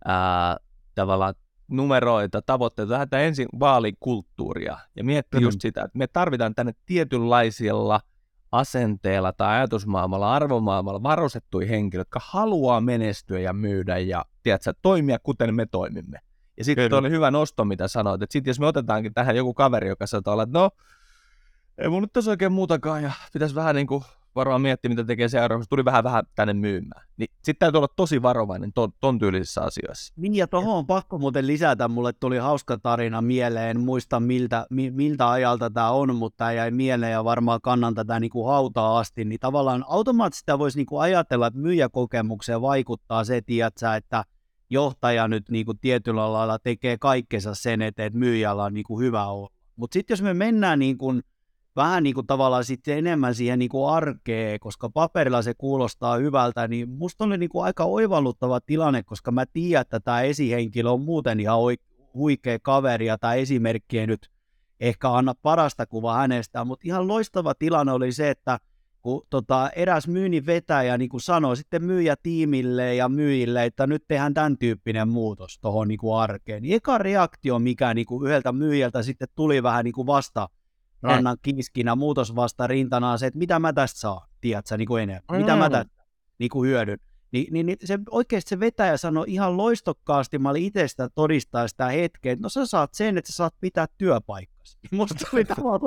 A: tavallaan numeroita, tavoitteita, lähdetään ensin vaalikulttuuria ja miettiä just sitä, että me tarvitaan tänne tietynlaisilla asenteella tai ajatusmaailmalla, arvomaailmalla varustettuja henkilöitä, jotka haluaa menestyä ja myydä ja tiedätkö, toimia kuten me toimimme. Ja sitten oli hyvä nosto, mitä sanoit, että sitten jos me otetaankin tähän joku kaveri, joka sanoo, että no, ei mun nyt tässä oikein muutakaan ja pitäisi vähän niin kuin varmaan miettiä, mitä tekee seuraavaksi, tuli vähän tänne myymään. Niin sitten täytyy olla tosi varovainen ton tyylisissä asioissa.
B: Niin ja tuohon on pakko muuten lisätä, mulle tuli hauska tarina mieleen, en muista miltä ajalta tämä on, mutta tämä jäi mieleen ja varmaan kannan tätä niin kuin hautaa asti, niin tavallaan automaattisesti sitä voisi niin kuin ajatella, että myyjäkokemukseen vaikuttaa se, tiedätkö, että johtaja nyt niin kuin tietyllä lailla tekee kaikkensa sen eteen, että myyjällä on niin kuin hyvä olla. Mutta sitten jos me mennään niin kuin vähän niin kuin tavallaan sitten enemmän siihen niin kuin arkeen, koska paperilla se kuulostaa hyvältä, niin musta oli niin kuin aika oivalluttava tilanne, koska mä tiedän, että tämä esihenkilö on muuten ihan huikea kaveri ja tämä esimerkki ei nyt ehkä anna parasta kuvaa hänestä, mutta ihan loistava tilanne oli se, että kun eräs myynnin vetäjä niin kuin sanoi sitten myyjätiimille ja myyjille, että nyt tehdään tämän tyyppinen muutos tuohon niin kuin arkeen, niin eka reaktio, mikä niin kuin yhdeltä myyjältä sitten tuli vähän niin kuin rannan kiiskinä, muutos vasta rintanaan se, että mitä mä tästä saan, tiedätkö, niin kuin enemmän, mitä mä tästä niin kuin hyödyn. Niin se, oikeasti se vetäjä sanoi ihan loistokkaasti, mä olin itse sitä todistaa sitä hetkeä, että no sä saat sen, että sä saat pitää työpaikkasi. Musta oli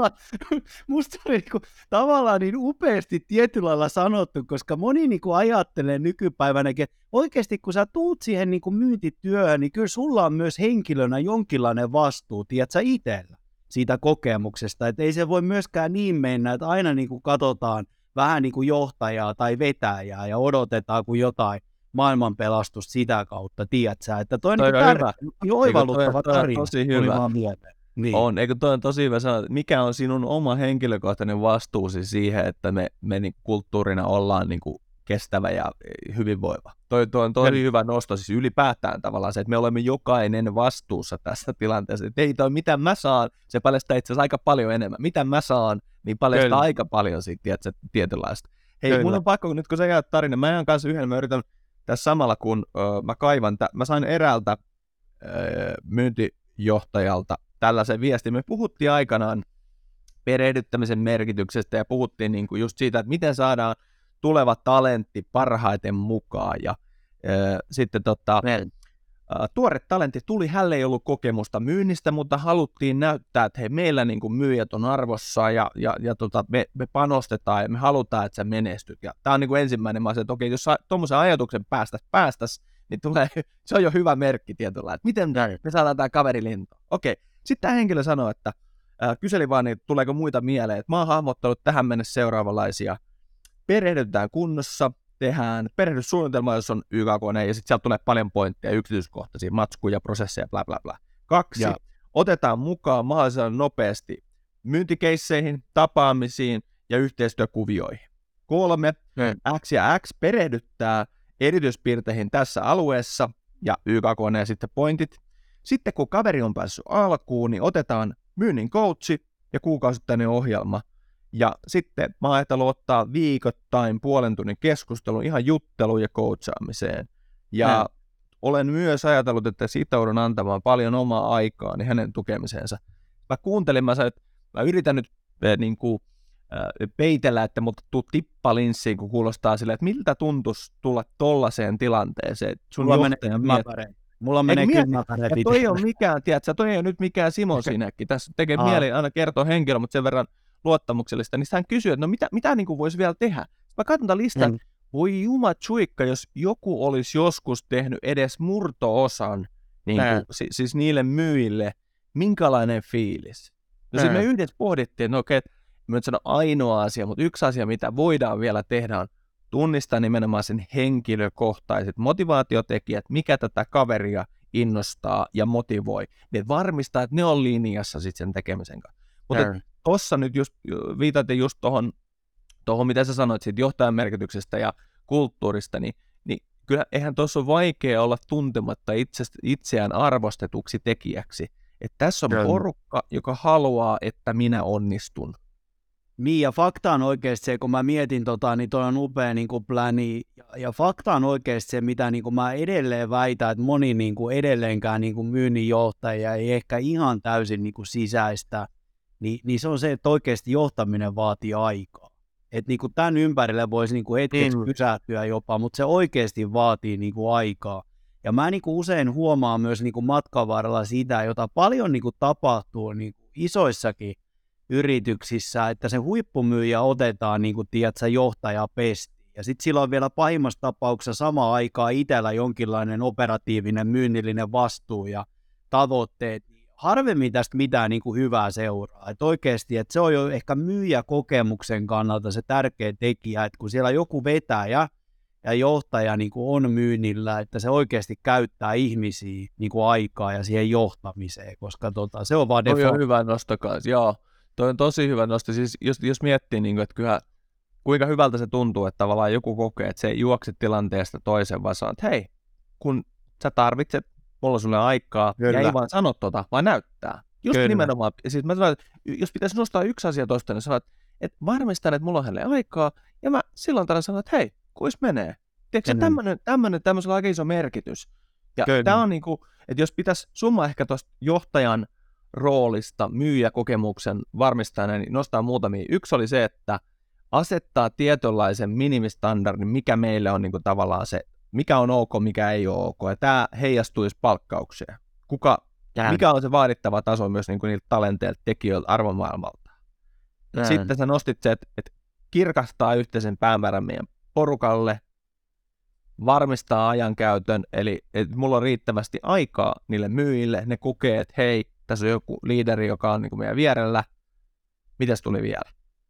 B: tavallaan niin upeasti tietyllä lailla sanottu, koska moni niin kuin ajattelee nykypäivänäkin, että oikeasti kun sä tuut siihen niin kuin myyntityöhön, niin kyllä sulla on myös henkilönä jonkinlainen vastuu, tiedätkö, itsellä siitä kokemuksesta, että ei se voi myöskään niin mennä, että aina niin kuin katsotaan vähän niin kuin johtajaa tai vetäjää ja odotetaan kuin jotain maailmanpelastusta sitä kautta, tiedätkö, että toi on niin oivalluttava tarina.
A: Tosi hyvä. Niin. On, eikö toi on tosi hyvä sanoa, että mikä on sinun oma henkilökohtainen vastuusi siihen, että me niin kulttuurina ollaan niin kuin kestävä ja hyvinvoiva. Toi on tosi hyvä nosto, siis ylipäätään tavallaan se, että me olemme jokainen vastuussa tässä tilanteessa. Että ei toi, mitä mä saan, se paljastaa itse asiassa aika paljon enemmän. Mitä mä saan, niin paljastaa aika paljon siitä tietynlaista. Hei, mun on pakko, nyt kun sä käyt tarina, mä jään kanssa yhden, mä yritän tässä samalla, kun mä kaivan, mä sain eräältä myyntijohtajalta tällaisen viestin. Me puhuttiin aikanaan perehdyttämisen merkityksestä ja puhuttiin niin kuin just siitä, että miten saadaan tuleva talentti parhaiten mukaan. Ja sitten tuore talentti tuli, hänellä ei ollut kokemusta myynnistä, mutta haluttiin näyttää, että hei, meillä niin kuin myyjät on arvossa ja me panostetaan ja me halutaan, että sä menestyt. Ja tämä on niin kuin ensimmäinen asia, että okei, jos tuommoisen ajatuksen päästäisi, niin se on jo hyvä merkki tietyllä, että miten me saadaan tämä kaveri lentoon. Okei, sitten tämä henkilö sanoi, että kyseli vaan, niin tuleeko muita mieleen, että mä oon hahmottanut tähän mennessä seuraavanlaisia. Perehdytetään kunnossa, tehdään perehdyssuunnitelma, jos on YK-kone, ja sitten sieltä tulee paljon pointteja, yksityiskohtaisia, matskuja, prosesseja, bla bla bla. 2. Otetaan mukaan mahdollisimman nopeasti myyntikeisseihin, tapaamisiin ja yhteistyökuvioihin. 3. X ja X perehdyttää erityispiirteihin tässä alueessa, ja YK-kone ja sitten pointit. Sitten kun kaveri on päässyt alkuun, niin otetaan myynnin coachi ja kuukausittainen ohjelma. Ja sitten mä ajattelin ottaa viikoittain puolen tunnin keskustelun ihan jutteluun ja coachaamiseen. Ja olen myös ajatellut, että sitoudun antamaan paljon omaa aikaani hänen tukemiseensa. Mä kuuntelin, mä yritän nyt peitellä, että mut tuu tippalinssiin, kun kuulostaa silleen, että miltä tuntuisi tulla tollaiseen tilanteeseen.
B: Mulla menee kylmäpäreet.
A: Ja toi on mikään, tiedätkö, toi ei ole nyt mikään Simo Sinekki. Tässä tekee mieli aina kertoa henkilö, mutta sen verran luottamuksellista, niin hän kysyy, että no mitä niin kuin voisi vielä tehdä. Mä katson tämän listan, voi jumatsuikka, jos joku olisi joskus tehnyt edes murto-osan niin kuin, siis niille myyjille, minkälainen fiilis. No siis me yhdessä pohdittiin, että no okei, mä nyt sano ainoa asia, mutta yksi asia, mitä voidaan vielä tehdä, on tunnistaa nimenomaan sen henkilökohtaiset motivaatiotekijät, mikä tätä kaveria innostaa ja motivoi. Ne varmistaa, että ne on linjassa sitten sen tekemisen kanssa. Mutta tuossa nyt just viitaten just tuohon, mitä sä sanoit siitä johtajan merkityksestä ja kulttuurista, niin kyllä eihän tuossa ole vaikea olla tuntematta itseään arvostetuksi tekijäksi. Että tässä on porukka, joka haluaa, että minä onnistun.
B: Niin, ja fakta on oikeasti se, kun mä mietin niin toi on upea niin kuin pläni, ja fakta on oikeasti se, mitä niin kuin mä edelleen väitän, että moni niin kuin edelleenkään niin kuin myynnin johtaja ei ehkä ihan täysin niin kuin sisäistä, niin se on se, että oikeasti johtaminen vaatii aikaa. Että niin kuin tämän ympärille voisi niin kuin hetkeksi pysähtyä jopa, mutta se oikeasti vaatii niin kuin aikaa. Ja mä niin kuin usein huomaan myös niin kuin matkan varrella sitä, jota paljon niin kuin tapahtuu niin kuin isoissakin yrityksissä, että se huippumyyjä otetaan niin kuin tiedätkö, johtaja pestiin. Ja sitten silloin vielä pahimmassa tapauksessa samaan aikaan itsellä jonkinlainen operatiivinen myynnillinen vastuu ja tavoitteet. Harvemmin tästä mitään niin kuin hyvää seuraa. Että oikeasti, että se on jo ehkä myyjäkokemuksen kannalta se tärkeä tekijä, että kun siellä joku vetäjä ja johtaja niin kuin on myynnillä, että se oikeasti käyttää ihmisiä niin kuin aikaa ja siihen johtamiseen, koska se on vaan
A: Toi on hyvä nosto kanssa, joo. Toi on tosi hyvä nosto. Siis jos miettii, niin kuin, että kuinka hyvältä se tuntuu, että tavallaan joku kokee, että se ei juokse tilanteesta toiseen, vaan sanoo, että hei, kun sä tarvitset, mulla on sulle aikaa, ja ei vaan sano vaan näyttää. Just nimenomaan, siis mä sanon, että jos pitäisi nostaa yksi asia tosta, niin sanot, että varmistan, että mulla on hänelle aikaa, ja mä silloin tällä sanon, että hei, kuis menee? Tiedätkö, tämmöisellä on aika iso merkitys. Ja tää on niinku, että jos pitäisi summa ehkä tuosta johtajan roolista myyjäkokemuksen varmistajana, niin nostaa muutamia. Yksi oli se, että asettaa tietynlaisen minimistandardin, mikä meille on niinku tavallaan se, mikä on ok, mikä ei ole ok, ja tämä heijastuisi palkkaukseen. Mikä on se vaadittava taso myös niinku niiltä talenteilta, tekijöiltä, arvomaailmalta. Sitten sä nostit se, että kirkastaa yhteisen päämäärän meidän porukalle, varmistaa ajankäytön, eli että mulla on riittävästi aikaa niille myyjille, ne kokee, että hei, tässä on joku liideri, joka on niin kuin meidän vierellä. Mitäs tuli vielä?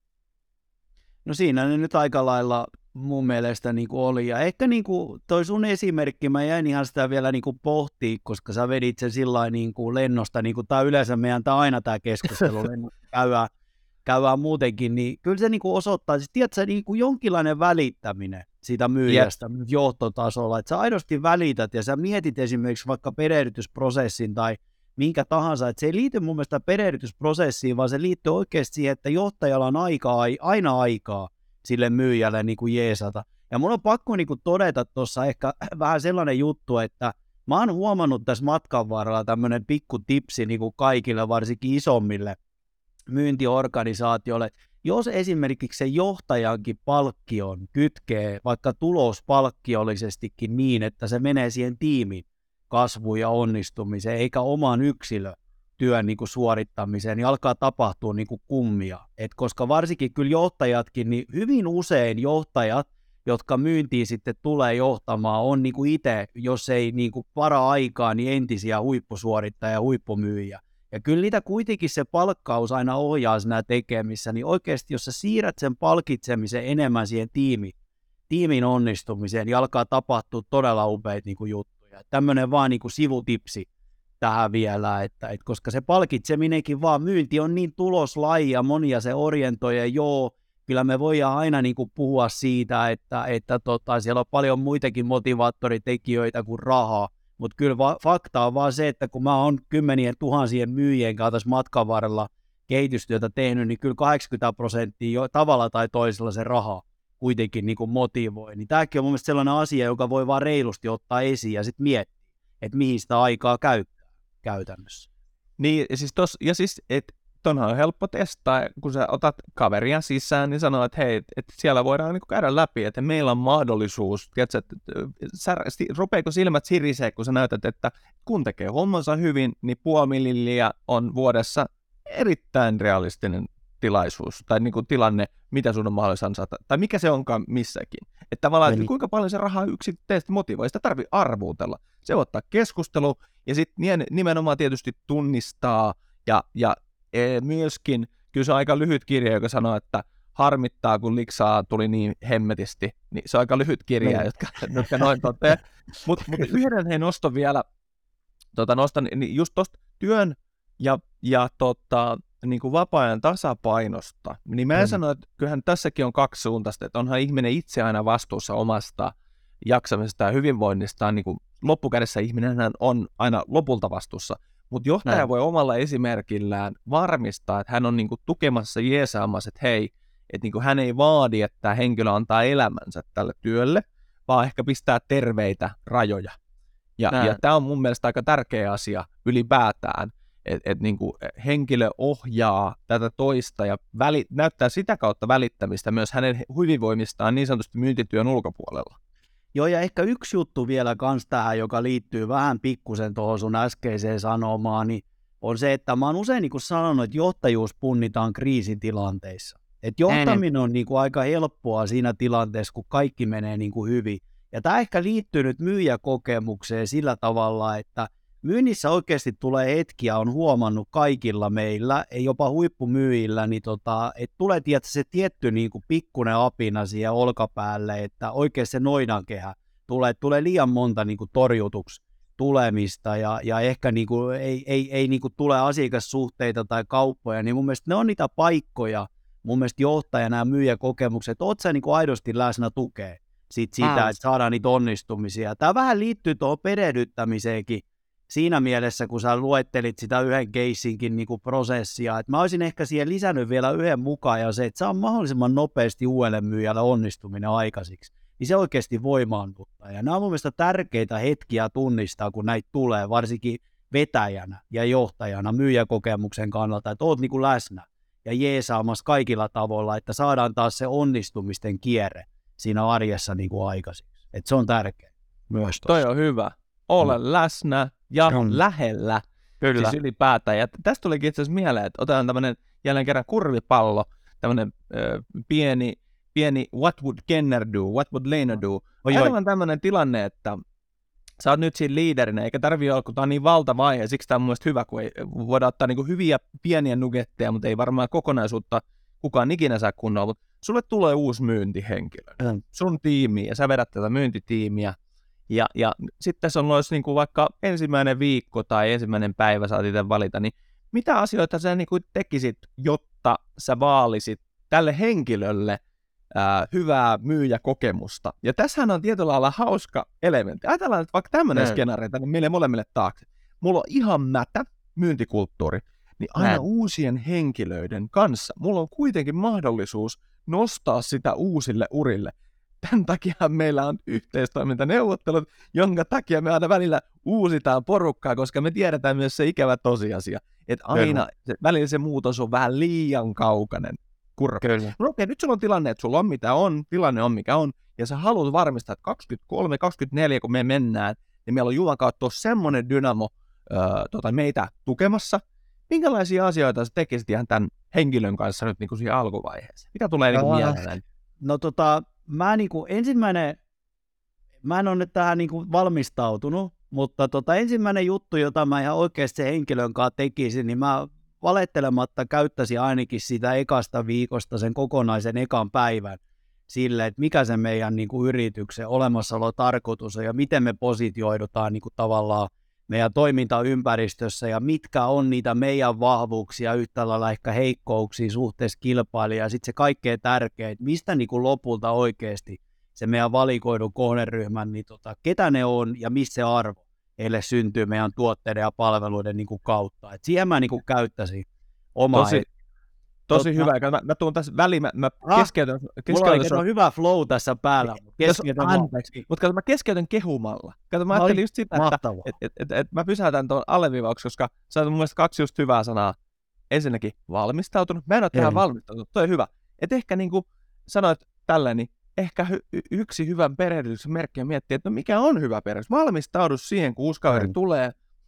B: No siinä ne nyt aika lailla mun mielestä niin kuin oli. Ja ehkä niin kuin toi sun esimerkki, mä jäin ihan sitä vielä niin kuin pohtia, koska sä vedit sen sillain niin kuin lennosta, niin kuin tää yleensä meidän aina tämä keskustelu käydään muutenkin, niin kyllä se niin kuin osoittaa, siis tiedätkö, niin kuin jonkinlainen välittäminen siitä myyjästä johtotasolla, että sä aidosti välität ja sä mietit esimerkiksi vaikka perehdytysprosessin tai minkä tahansa, että se ei liity mun mielestä perehdytysprosessiin, vaan se liittyy oikeasti siihen, että johtajalla on aina aikaa sille myyjälle niin kuin jeesata. Ja mun on pakko niin kuin todeta tuossa ehkä vähän sellainen juttu, että mä oon huomannut tässä matkan varrella tämmöinen pikku tipsi niin kuin kaikille, varsinkin isommille myyntiorganisaatioille. Jos esimerkiksi se johtajankin palkkion kytkee vaikka tulospalkkiollisestikin niin, että se menee siihen tiimiin kasvuun ja onnistumiseen, eikä oman yksilötyön niin kuin suorittamiseen, niin alkaa tapahtua niin kuin kummia. Et koska varsinkin kyllä johtajatkin, niin hyvin usein johtajat, jotka myyntiin sitten tulee johtamaan, on niin kuin itse, jos ei niin kuin para-aikaa, niin entisiä huippusuorittajia ja huippumyyjiä. Ja kyllä niitä kuitenkin se palkkaus aina ohjaa siinä tekemissä, niin oikeasti jos sä siirrät sen palkitsemisen enemmän siihen tiimin onnistumiseen, niin alkaa tapahtua todella upeita niin kuin juttuja. Tämmöinen vaan niin kuin sivutipsi tähän vielä, että koska se palkitseminenkin vaan, myynti on niin tuloslaji ja monia se orientoi, ja joo, kyllä me voidaan aina niin kuin puhua siitä, että siellä on paljon muitakin motivaattoritekijöitä kuin rahaa, mutta kyllä fakta on vaan se, että kun mä oon kymmenien tuhansien myyjien kanssa tässä matkan varrella kehitystyötä tehnyt, niin kyllä 80% jo tavalla tai toisella se raha kuitenkin niin kuin motivoi. Niin tämäkin on mun mielestä sellainen asia, joka voi vaan reilusti ottaa esiin ja sitten miettiä, että mihin sitä aikaa käyttää käytännössä.
A: Niin, siis tonhan on helppo testaa, kun sä otat kaveria sisään, niin sanoo, että hei, että siellä voidaan niinku käydä läpi, että meillä on mahdollisuus, tiedätkö, että rupeeko silmät sirisee, kun sä näytät, että kun tekee hommansa hyvin, niin 0,5 milliä on vuodessa erittäin realistinen tilaisuus, tai niinku tilanne, mitä sun on mahdollista ansata, tai mikä se onkaan missäkin. Että tavallaan, että kuinka paljon se rahaa yksittäisesti motivoi, sitä tarvii arvuutella. Se ottaa keskustelu, ja sitten nimenomaan tietysti tunnistaa, ja myöskin, kyllä se on aika lyhyt kirja, joka sanoo, että harmittaa, kun liksaa tuli niin hemmetisti, niin se on aika lyhyt kirja, jotka noin toteaa. Mutta yhden he noston vielä, niin just tuosta työn ja niin kuin vapaa-ajan tasapainosta, niin mä en sano, että kyllähän tässäkin on kaksi suuntaista, että onhan ihminen itse aina vastuussa omasta jaksamisesta ja hyvinvoinnistaan, niin kuin loppukädessä ihminen on aina lopulta vastuussa. Mutta johtaja voi omalla esimerkillään varmistaa, että hän on niinku tukemassa, jeesaamassa, että hei, että niinku hän ei vaadi, että tämä henkilö antaa elämänsä tälle työlle, vaan ehkä pistää terveitä rajoja. Ja tämä on mun mielestä aika tärkeä asia ylipäätään, että niinku henkilö ohjaa tätä toista ja näyttää sitä kautta välittämistä myös hänen hyvinvoimistaan niin sanotusti myyntityön ulkopuolella.
B: Joo, ja ehkä yksi juttu vielä kans tähän, joka liittyy vähän pikkusen tuohon sun äskeiseen sanomaan, niin on se, että mä oon usein niin kuin sanonut, että johtajuus punnitaan kriisitilanteissa. Että johtaminen on niin kuin aika helppoa siinä tilanteessa, kun kaikki menee niin kuin hyvin. Ja tämä ehkä liittyy nyt myyjäkokemukseen sillä tavalla, että myynnissä oikeasti tulee hetkiä, on huomannut kaikilla meillä, jopa huippumyyjillä, niin että tulee se tietty niin kuin pikkuinen apina siihen olkapäälle, että oikein se noidankehä tulee liian monta niin kuin torjutuksi tulemista ja ehkä niin kuin ei niin kuin tule asiakassuhteita tai kauppoja, niin mun mielestä ne on niitä paikkoja, mun mielestä johtajana ja myyjäkokemukset, oot sä niin kuin aidosti läsnä tukea sitä, että saadaan niitä onnistumisia. Tämä vähän liittyy tuohon perehdyttämiseenkin, siinä mielessä, kun sä luettelit sitä yhden keissinkin niin kuin prosessia, että mä olisin ehkä siihen lisännyt vielä yhden mukaan, ja se, että saa mahdollisimman nopeasti uudelle myyjälle onnistuminen aikaisiksi, niin se oikeasti voimaannuttaa. Ja nämä on mun mielestä tärkeitä hetkiä tunnistaa, kun näitä tulee, varsinkin vetäjänä ja johtajana myyjäkokemuksen kannalta, että oot niin kuin läsnä ja jeesaamassa kaikilla tavoilla, että saadaan taas se onnistumisten kierre siinä arjessa niin kuin aikaisiksi. Että se on tärkeä myös tossa.
A: Toi on hyvä. Ole läsnä ja lähellä. Kyllä. Siis ylipäätään. Ja tästä tulikin itse asiassa mieleen, että otetaan tämmöinen jälleen kerran kurvipallo, tämmöinen pieni what would Kenner do, what would Lena do. Aivan tämmöinen tilanne, että sä oot nyt siinä liiderinä, eikä tarvitse olla, kun tää on niin valtava aihe, siksi tää on mun mielestä hyvä, kun voidaan ottaa niinku hyviä pieniä nugetteja, mutta ei varmaan kokonaisuutta kukaan ikinä saa kunnolla, mutta sulle tulee uusi myyntihenkilö, sun tiimi, ja sä vedät tätä myyntitiimiä, ja sitten tässä on niinku vaikka ensimmäinen viikko tai ensimmäinen päivä saat itse valita, niin mitä asioita sä niinku tekisit, jotta sä vaalisit tälle henkilölle hyvää myyjäkokemusta. Ja tässähän on tietyllä lailla hauska elementti. Ajatellaan, että vaikka tämmöinen skenaario tänne meille molemmille taakse. Mulla on ihan mätä myyntikulttuuri, niin aina uusien henkilöiden kanssa mulla on kuitenkin mahdollisuus nostaa sitä uusille urille. Tämän takia meillä on yhteistoimintaneuvottelut, jonka takia me aina välillä uusitaan porukkaa, koska me tiedetään myös se ikävä tosiasia, että aina välillä se muutos on vähän liian kaukainen. No okei, nyt sulla on tilanne, että sulla on mitä on, tilanne on mikä on, ja sä haluat varmistaa, että 23, 24, kun me mennään, niin meillä on Juvan kautta semmoinen dynamo meitä tukemassa. Minkälaisia asioita sä tekisit ihan tämän henkilön kanssa nyt niin kuin siihen alkuvaiheeseen? Mitä tulee niin kuin mieleen?
B: No mä niin kuin mä en ole nyt tähän niin kuin valmistautunut, mutta ensimmäinen juttu, jota mä ihan oikeasti sen henkilön kanssa tekisin, niin mä valettelematta käyttäisin ainakin sitä ekasta viikosta sen kokonaisen ekan päivän sille, että mikä se meidän niin kuin yrityksen olemassaolo tarkoitus on ja miten me positioidutaan niin kuin tavallaan meidän toimintaympäristössä ja mitkä on niitä meidän vahvuuksia, yhtä lailla ehkä heikkouksia suhteessa kilpailijaan ja sitten se kaikkein tärkein, mistä niin kuin lopulta oikeasti se meidän valikoidun kohderyhmän, niin ketä ne on ja missä se arvo heille syntyy meidän tuotteiden ja palveluiden niin kuin kautta. Et siihen mä niin kuin käyttäisin omaa.
A: Tosi hyvä. Mä tuun tässä väliin, mä keskeytän.
B: Mulla on hyvä flow tässä päällä.
A: Mutta mä keskeytän kehumalla. Kato, mä ajattelin just sitä, että mä pysäytän tuon alleviivauksen, koska sä oot mun mielestä 2 just hyvää sanaa. Ensinnäkin valmistautunut. Mä en ole tähän valmistautunut. Toi on hyvä. Et ehkä niin kuin sanoit tälleen, niin ehkä yksi hyvän perehdytyksen merkki on miettiä, että no mikä on hyvä perehdytys. Valmistaudu siihen, kun uusi kaveri tulee.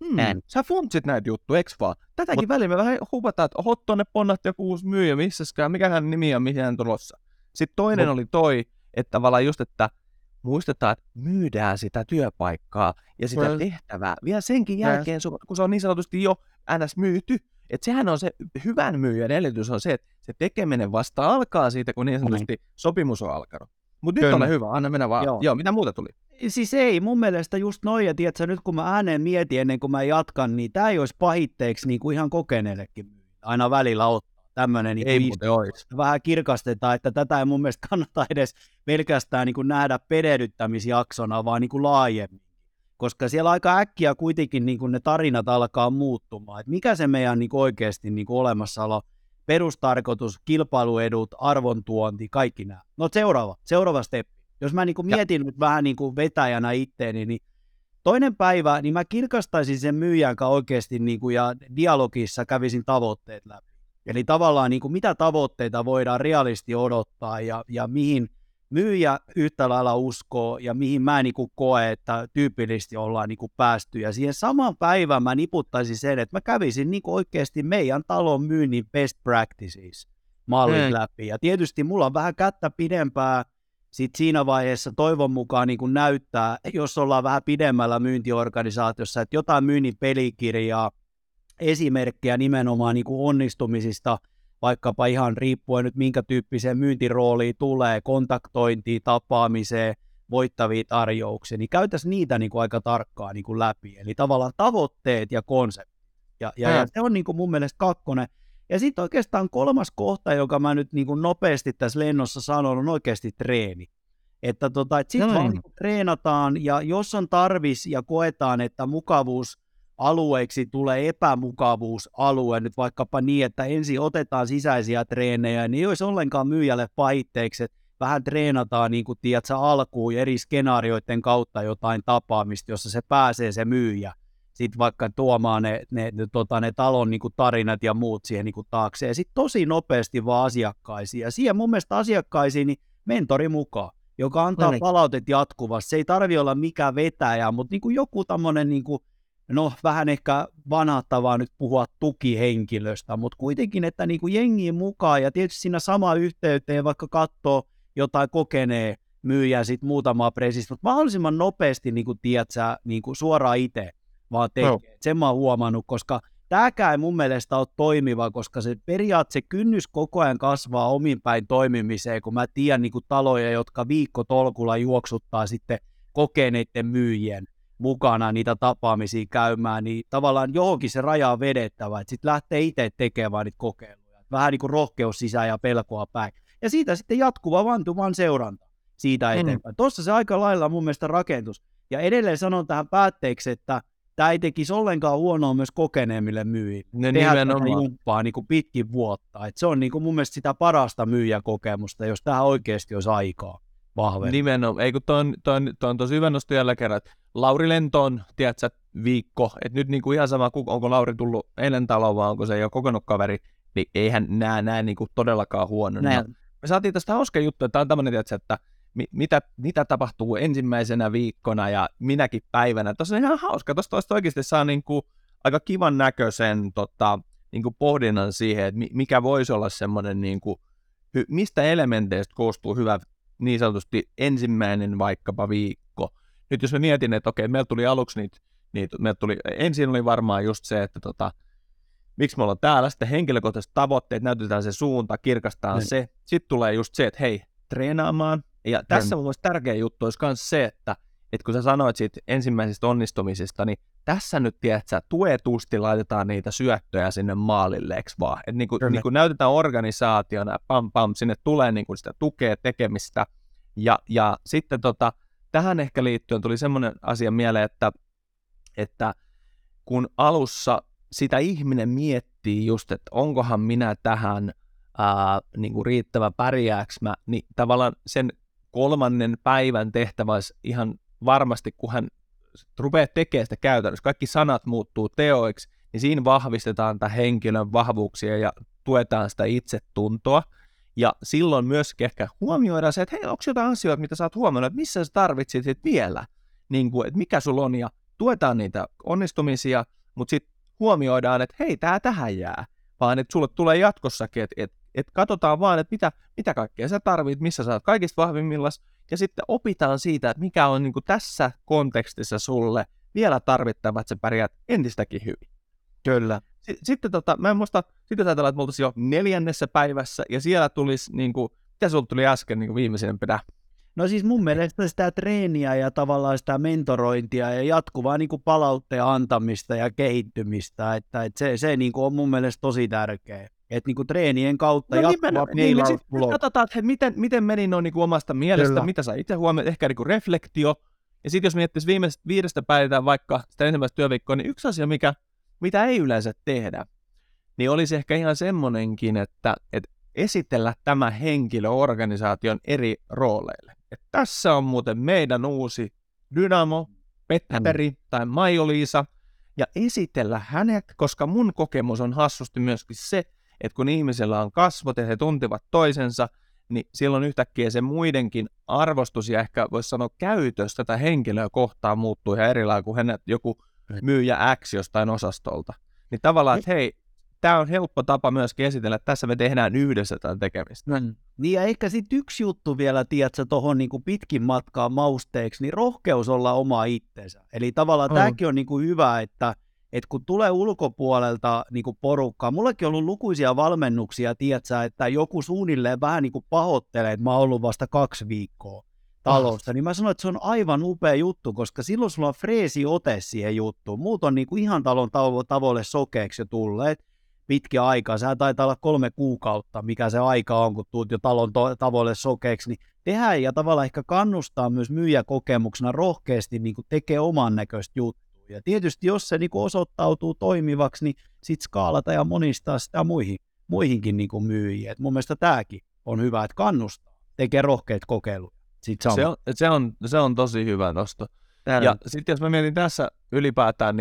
A: Sä funtsit näitä juttuja, eks vaan? Tätäkin väliin me vähän hupataan, että oho, tonne ponnahti joku uusi myyjä, missäskään, mikä hän nimi on, mihin hän tulossa. Sitten toinen oli että tavallaan just, että muistetaan, että myydään sitä työpaikkaa ja sitä tehtävää. Vielä senkin jälkeen, kun se on niin sanotusti jo ns. Myyty, että sehän on se hyvän myyjän edellytys on se, että se tekeminen vasta alkaa siitä, kun niin sanotusti sopimus on alkanut. Mutta nyt ole hyvä, anna mennä vaan. Joo, mitä muuta tuli?
B: Siis ei, mun mielestä just noin, ja tiedätkö, nyt kun mä ääneen mietin ennen kuin mä jatkan, niin tää ei olisi pahitteeksi niin kuin ihan kokeneellekin aina välillä ottaa. Tämmöinen niin
A: ei muuten olisi.
B: Vähän kirkastetaan, että tätä ei mun mielestä kannata edes pelkästään niin kuin nähdä perehdyttämisjaksona, vaan niin kuin laajemmin. Koska siellä aika äkkiä kuitenkin niin kuin ne tarinat alkaa muuttumaan. Et mikä se meidän niin kuin oikeasti niin kuin olemassaolo, perustarkoitus, kilpailuedut, arvontuonti, kaikki nämä. No seuraava steppi. Jos mä niin kuin mietin nyt vähän niin kuin vetäjänä itteeni, niin toinen päivä, niin mä kirkastaisin sen myyjän kanssa oikeasti niin kuin, ja dialogissa kävisin tavoitteet läpi. Eli tavallaan niin kuin, mitä tavoitteita voidaan realisti odottaa ja mihin myyjä yhtä lailla uskoo ja mihin mä niin kuin koen, että tyypillisesti ollaan niin kuin päästy. Ja siihen samaan päivään mä niputtaisin sen, että mä kävisin niin kuin oikeasti meidän talon myynnin best practices mallit läpi. Ja tietysti mulla on vähän kättä pidempää sitten siinä vaiheessa toivon mukaan niin kuin näyttää, jos ollaan vähän pidemmällä myyntiorganisaatiossa, että jotain myynnin pelikirjaa, esimerkkejä nimenomaan niin kuin onnistumisista, vaikkapa ihan riippuen nyt minkä tyyppiseen myyntirooliin tulee, kontaktointiin, tapaamiseen, voittavia tarjouksia, niin käytäisiin niitä niin kuin aika tarkkaan niin kuin läpi. Eli tavallaan tavoitteet ja konseptit. Ja se on niin kuin mun mielestä 2. Ja sitten oikeastaan 3. kohta, joka mä nyt niin kuin nopeasti tässä lennossa sanon, on oikeasti treeni. Että sitten vaan niin kuin treenataan, ja jos on tarvis ja koetaan, että mukavuusalueiksi tulee epämukavuusalue, nyt vaikkapa niin, että ensin otetaan sisäisiä treenejä, niin ei olisi ollenkaan myyjälle pahitteeksi, että vähän treenataan niin kuin tiedätkö, alkuun eri skenaarioiden kautta jotain tapaamista, jossa se pääsee se myyjä sitten vaikka tuomaan ne talon niin kuin tarinat ja muut siihen niin kuin taakse, ja sitten tosi nopeasti vaan asiakkaisiin, ja siihen mun mielestä asiakkaisiin niin mentori mukaan, joka antaa palautet jatkuvasti, se ei tarvitse olla mikään vetäjä, mutta niin kuin joku tämmöinen, niin kuin, no vähän ehkä vanhattavaa nyt puhua tukihenkilöstä, mutta kuitenkin, että niin kuin jengiin mukaan, ja tietysti siinä sama yhteyteen vaikka katsoo jotain kokeneen myyjää sitten muutamaa presistä, mutta mahdollisimman nopeasti niin kuin tiedätkö, niin kuin suoraan itse vaan tekee. Sen mä oon huomannut, koska tämäkään ei mun mielestä ole toimiva, koska se periaatteessa kynnys koko ajan kasvaa omin päin toimimiseen, kun mä tiedän niin kuin taloja, jotka viikkotolkulla juoksuttaa sitten kokeneiden myyjien mukana niitä tapaamisia käymään, niin tavallaan johonkin se raja on vedettävä, että sitten lähtee itse tekemään niitä kokeiluja. Vähän niin kuin rohkeus sisään ja pelkoa päin. Ja siitä sitten jatkuva one-to-one seuranta siitä eteenpäin. Tuossa se aika lailla mun mielestä rakentus. Ja edelleen sanon tähän päätteeksi, että tämä ei tekisi ollenkaan huonoa myös kokeneemmille myyjille. Tehdä tätä jumppaa niin kuin pitkin vuotta. Et se on niin kuin mun mielestä sitä parasta myyjäkokemusta, jos tähän oikeasti olisi aikaa vahvemmin.
A: Nimenomaan. Ei kun toi on tosi hyvä nosto jälleen kerran. Lauri lentoon, tiedätkö, viikko. Että nyt niin kuin ihan sama, onko Lauri tullut eilen taloon vai onko se jo kokenut kaveri, niin eihän näe niin kuin todellakaan huono. Me saatiin tästä hauska juttu, että tämä on tämmöinen, tiedätkö, että mitä tapahtuu ensimmäisenä viikkona ja minäkin päivänä. Tuossa on ihan hauska, tuosta oikeasti saa niin kuin aika kivan näköisen niin kuin pohdinnan siihen, että mikä voisi olla semmoinen, niin kuin, mistä elementeistä koostuu hyvä niin sanotusti ensimmäinen vaikkapa viikko. Nyt jos mä mietin, että okei, meillä tuli aluksi ensin oli varmaan just se, että miksi me ollaan täällä, sitten henkilökohtaiset tavoitteet, näytetään se suunta, kirkastaan se. Sitten tulee just se, että hei, treenaamaan. Ja tässä mun mielestä tärkeä juttu olisi myös se, että kun sä sanoit siitä ensimmäisistä onnistumisista, niin tässä nyt, tiedätkö, tuetusti laitetaan niitä syöttöjä sinne maalille, eikö vaan? Että niin kuin näytetään organisaationa, sinne tulee niin kuin sitä tukea, tekemistä. Ja sitten tähän ehkä liittyen tuli semmoinen asia mieleen, että kun alussa sitä ihminen miettii just, että onkohan minä tähän niin kuin riittävä, pärjääks mä, niin tavallaan sen 3. päivän tehtävä olisi ihan varmasti, kun hän rupeaa tekemään sitä käytännössä, kaikki sanat muuttuu teoiksi, niin siinä vahvistetaan tämän henkilön vahvuuksia ja tuetaan sitä itsetuntoa. Ja silloin myöskin ehkä huomioidaan se, että hei, onko jotain asioita, mitä sä oot huomioinut, että missä sä tarvitsit vielä, niin kuin, että mikä sulla on, ja tuetaan niitä onnistumisia, mutta sitten huomioidaan, että hei, tähän jää, vaan että sulle tulee jatkossakin, että katsotaan vaan, että mitä kaikkea sä tarvit, missä sä oot kaikista vahvimmillas, ja sitten opitaan siitä, että mikä on niin kuin tässä kontekstissa sulle vielä tarvittava, että sä pärjäät entistäkin hyvin.
B: Kyllä.
A: Sitten mä en muista, sitten ajatellaan, että me oltaisiin jo 4. päivässä, ja siellä tulisi, niin kuin, mitä sulla tuli äsken niin viimeisempänä?
B: No siis mun mielestä sitä treeniä ja tavallaan sitä mentorointia ja jatkuvaa niin kuin palautteen antamista ja kehittymistä, että se niin kuin on mun mielestä tosi tärkeä. Että niin kuin treenien kautta jatkuva
A: peilaus. Katsotaan, että miten meni noin niin kuin omasta mielestä,
B: Kyllä.
A: mitä sä itse huomioit, ehkä niin kuin reflektio. Ja sitten jos miettisi viimeistä 5 päivää vaikka sitä ensimmäistä työviikkoa, niin yksi asia, mitä ei yleensä tehdä, niin olisi ehkä ihan semmoinenkin, että esitellä tämä henkilö organisaation eri rooleille. Että tässä on muuten meidän uusi Dynamo, Petteri tai Maija-Liisa, ja esitellä hänet, koska mun kokemus on hassusti myöskin se, että kun ihmisellä on kasvot ja he tuntevat toisensa, niin silloin yhtäkkiä se muidenkin arvostus ja ehkä voisi sanoa käytös tätä henkilöä kohtaan muuttuu ihan erilainen kuin hänet joku myyjä X jostain osastolta. Niin tavallaan, että hei, tämä on helppo tapa myöskin esitellä, että tässä me tehdään yhdessä tätä tekemistä.
B: Niin ja ehkä sitten yksi juttu vielä, tiedätkö, tuohon niinku pitkin matkaa mausteeksi, niin rohkeus olla oma itsensä. Eli tavallaan tämäkin on niinku hyvä, että kun tulee ulkopuolelta niinku porukkaa, mullakin on ollut lukuisia valmennuksia, tiedätkö, että joku suunnilleen vähän niinku pahoittelee, että mä oon ollut vasta 2 viikkoa talossa, niin mä sanoin, että se on aivan upea juttu, koska silloin sulla on freesi ote siihen juttuun. Muut on niinku ihan talon tavoille sokeeksi jo tulleet pitkä aikaa. Sehän taitaa olla 3 kuukautta, mikä se aika on, kun tuut jo talon tavoille sokeeksi. Niin tehdään ja tavallaan ehkä kannustaa myös myyjäkokemuksena rohkeasti niin tekee oman näköistä juttua. Ja tietysti jos se niin osoittautuu toimivaksi, niin sitten skaalata ja monistaa sitä muihinkin niin myyjiä. Et mun mielestä tämäkin on hyvä, että kannustaa, tekee rohkeita kokeiluja.
A: Se on tosi hyvä nosto. Ja sitten jos mä mietin tässä ylipäätään,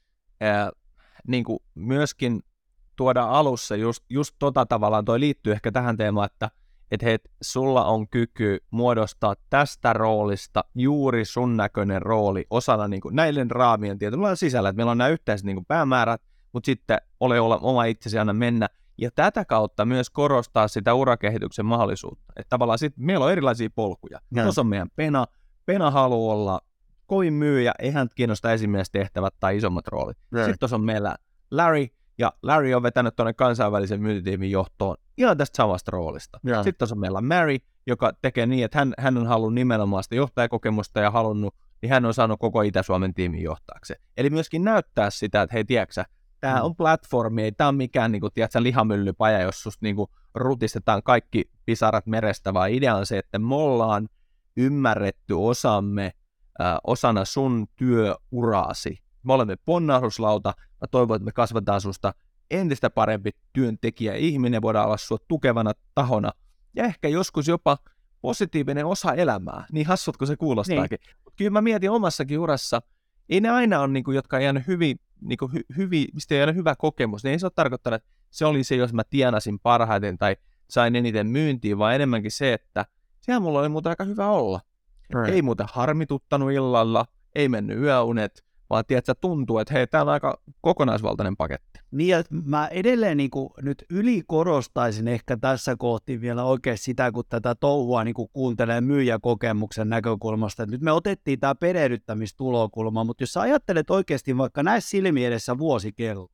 A: niin kuin myöskin tuoda alussa just tavallaan, toi liittyy ehkä tähän teemaan, että hei, sulla on kyky muodostaa tästä roolista juuri sun näköinen rooli osana niin kuin näiden raamien tietyllä sisällä, että meillä on nämä yhteiset niin kuin päämäärät, mutta sitten ole oma itsesi aina mennä, ja tätä kautta myös korostaa sitä urakehityksen mahdollisuutta, että tavallaan sitten meillä on erilaisia polkuja. Tuossa on meidän Pena haluaa olla kovin myyjä, ei hän kiinnosta esimiestehtävät tai isommat roolit. Sitten tuossa on meillä Larry, ja Larry on vetänyt tuonne kansainvälisen myyntitiimin johtoon ihan tästä samasta roolista. Sitten tuossa on meillä Mary, joka tekee niin, että hän on halunnut nimenomaan sitä johtajakokemusta ja halunnut, niin hän on saanut koko Itä-Suomen tiimin johtaakseen. Eli myöskin näyttää sitä, että hei, tiedätkö, tämä on platformi, ei tämä ole mikään niin kuin, tiedätkö, lihamyllypaja, jos susta niin kuin, rutistetaan kaikki pisarat merestä, vaan idea on se, että me ollaan ymmärretty osamme osana sun työuraasi. Me olemme ponnahduslauta, mä toivon, että me kasvataan susta entistä parempi työntekijä, ihminen, voidaan olla sua tukevana tahona, ja ehkä joskus jopa positiivinen osa elämää, niin hassut kuin se kuulostaakin. Niin. Kyllä mä mietin omassakin urassa, ei ne aina ole, niin kuin, jotka on jäänyt mistä ei jäänyt hyvä kokemus, niin ei se ole tarkoittanut, että se oli se, jos mä tienasin parhaiten tai sain eniten myyntiin, vaan enemmänkin se, että Siellä mulla oli muuten aika hyvä olla. Ei muuten harmituttanut illalla, ei mennyt yöunet, vaan tiedätkö, tuntuu, että hei, tää on aika kokonaisvaltainen paketti.
B: Niin, ja mä edelleen nyt ylikorostaisin ehkä tässä kohti vielä oikein sitä, kun tätä touhua kuuntelee myyjäkokemuksen näkökulmasta. Nyt me otettiin tämä perehdyttämistulokulma, mutta jos sä ajattelet oikeasti vaikka näissä silmi edessä vuosikello,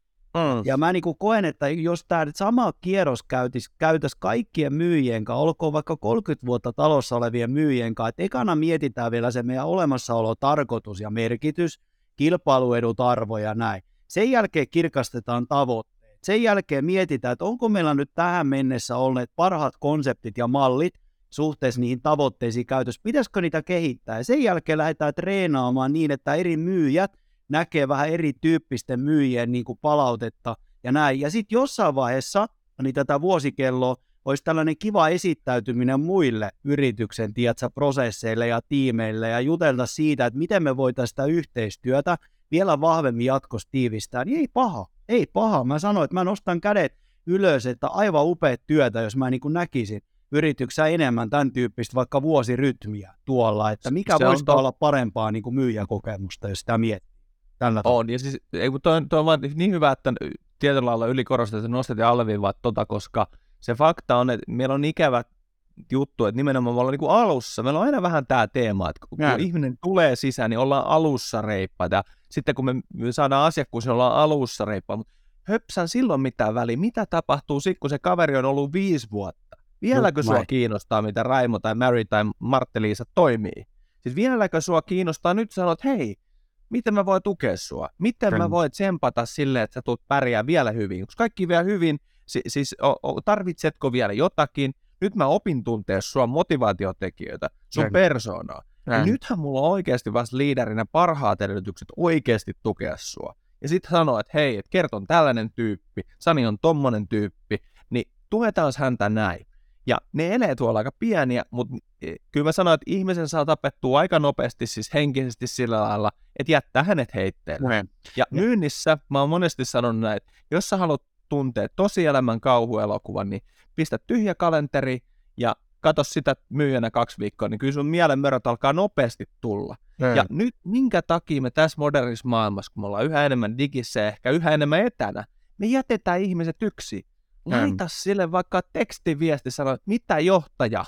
B: ja mä koen, että jos tämä sama kierros käytäisi kaikkien myyjien kanssa, olkoon vaikka 30 vuotta talossa olevien myyjien kanssa, että ekana mietitään vielä se meidän olemassaolo, tarkoitus ja merkitys, kilpailuedut, arvo ja näin. Sen jälkeen kirkastetaan tavoitteet. Sen jälkeen mietitään, että onko meillä nyt tähän mennessä olleet parhaat konseptit ja mallit suhteessa niihin tavoitteisiin käytössä. Pitäisikö niitä kehittää? Ja sen jälkeen lähdetään treenaamaan niin, että eri myyjät näkee vähän erityyppisten myyjien palautetta ja näin. Ja sitten jossain vaiheessa, niin tätä vuosikelloa, olisi tällainen kiva esittäytyminen muille yrityksen prosesseille ja tiimeille ja jutella siitä, että miten me voitaisiin sitä yhteistyötä vielä vahvemmin jatkossa tiivistää. Niin ei paha. Mä sanoin, että mä nostan kädet ylös, että aivan upeat työtä, jos mä näkisin yrityksessä enemmän tämän tyyppistä vaikka vuosirytmiä tuolla, että mikä voisi olla parempaa myyjäkokemusta, jos sitä miettii.
A: On, ja siis toi on vaan niin hyvä, että tietyllä lailla ylikorostetaan, että nostat ja alleviivaat koska se fakta on, että meillä on ikävä juttu, että nimenomaan me ollaan alussa, meillä on aina vähän tämä teema, että kun ihminen tulee sisään, niin ollaan alussa reippaita, ja sitten kun me saadaan asiakkuus, niin ollaan alussa reippaita, mutta höpsän silloin mitään väliä, mitä tapahtuu sitten, kun se kaveri on ollut 5 vuotta? Vieläkö sua kiinnostaa, mitä Raimo tai Mary tai Martti-Liisa toimii? Siis vieläkö sua kiinnostaa nyt sanoa, että hei, miten mä voin tukea sua? Miten mä voin tsempata silleen, että sä tulet pärjää vielä hyvin? Koska kaikki vielä hyvin, siis tarvitsetko vielä jotakin? Nyt mä opin tuntea sua motivaatiotekijöitä, sun persoonaa. Ja nythän mulla on oikeasti vasta liiderinä parhaat edellytykset oikeasti tukea sua. Ja sitten sanoo, että hei, että Kert on tällainen tyyppi, Sani on tommonen tyyppi, niin tuetaan häntä näin. Ja ne elee tuolla aika pieniä, mutta kyllä mä sanoin, että ihmisen saa tapettua aika nopeasti, siis henkisesti sillä lailla, että jättää hänet heitteelle. Ja myynnissä mä oon monesti sanonut näin, että jos sä haluat tuntea tosielämän kauhuelokuvan, niin pistä tyhjä kalenteri ja katso sitä myyjänä 2 viikkoa, niin kyllä sun mielenmöröt alkaa nopeasti tulla. Ja nyt minkä takia me tässä modernissa maailmassa, kun me ollaan yhä enemmän digissä ja ehkä yhä enemmän etänä, me jätetään ihmiset yksin. Laita sille vaikka tekstiviesti, sano, että mitä johtaja,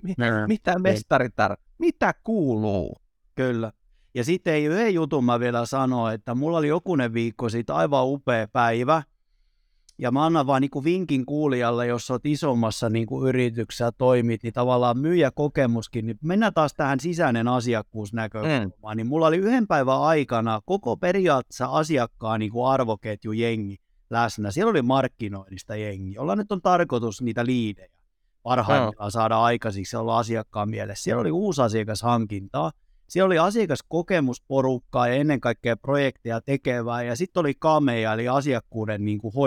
A: mitä mestaritar, mitä kuuluu.
B: Kyllä. Ja sitten yhden jutun mä vielä sanoa, että mulla oli jokunen viikko siitä aivan upea päivä. Ja mä annan vaan vinkin kuulijalle, jos oot isommassa yrityksessä toimit, niin tavallaan myyjäkokemuskin, niin mennään taas tähän sisäinen asiakkuusnäkökulmaan. Niin mulla oli 1 päivän aikana koko periaatteessa asiakkaan arvoketjujengi läsnä. Siellä oli markkinoinnista jengi, jolla nyt on tarkoitus niitä liidejä parhaimmillaan saada aikaisiksi olla asiakkaan mielessä. Siellä oli uusi asiakashankintaa, siellä oli asiakaskokemusporukkaa ja ennen kaikkea projekteja tekevää, ja sitten oli kameja, eli asiakkuuden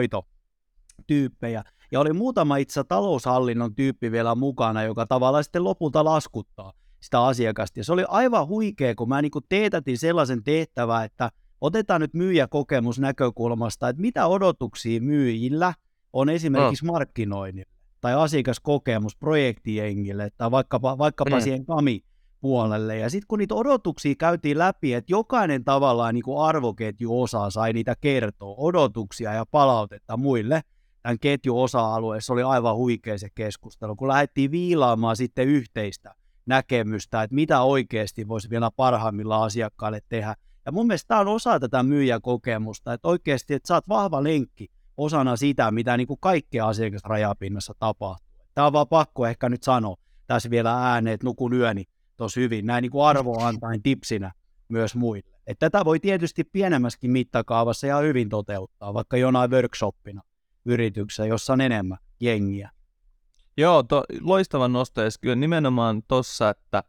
B: hoitotyyppejä. Ja oli muutama itse taloushallinnon tyyppi vielä mukana, joka tavallaan sitten lopulta laskuttaa sitä asiakasta. Ja se oli aivan huikea, kun mä teetätin sellaisen tehtävän, että otetaan nyt myyjäkokemus näkökulmasta, että mitä odotuksia myyjillä on esimerkiksi markkinoinnille tai asiakaskokemus projektijengille tai vaikkapa siihen puolelle. Ja sitten kun niitä odotuksia käytiin läpi, että jokainen tavallaan arvoketjuosa sai niitä kertoa, odotuksia ja palautetta muille tämän ketjun osa-alueessa, oli aivan huikea se keskustelu, kun lähdettiin viilaamaan sitten yhteistä näkemystä, että mitä oikeasti voisi vielä parhaimmillaan asiakkaille tehdä. Ja mun mielestä tämä on osa tätä myyjäkokemusta, että oikeasti, että sä oot vahva lenkki osana sitä, mitä kaikkea asiakasrajapinnassa tapahtuu. Tämä on vaan pakko ehkä nyt sanoa tässä vielä ääneen, että nukun yöni tosi hyvin, näin arvoa antain tipsinä myös muille. Että tätä voi tietysti pienemmäskin mittakaavassa ja hyvin toteuttaa, vaikka jonain workshoppina yrityksessä, jossa on enemmän jengiä.
A: Joo, loistava nosto, ja kyllä nimenomaan tuossa, että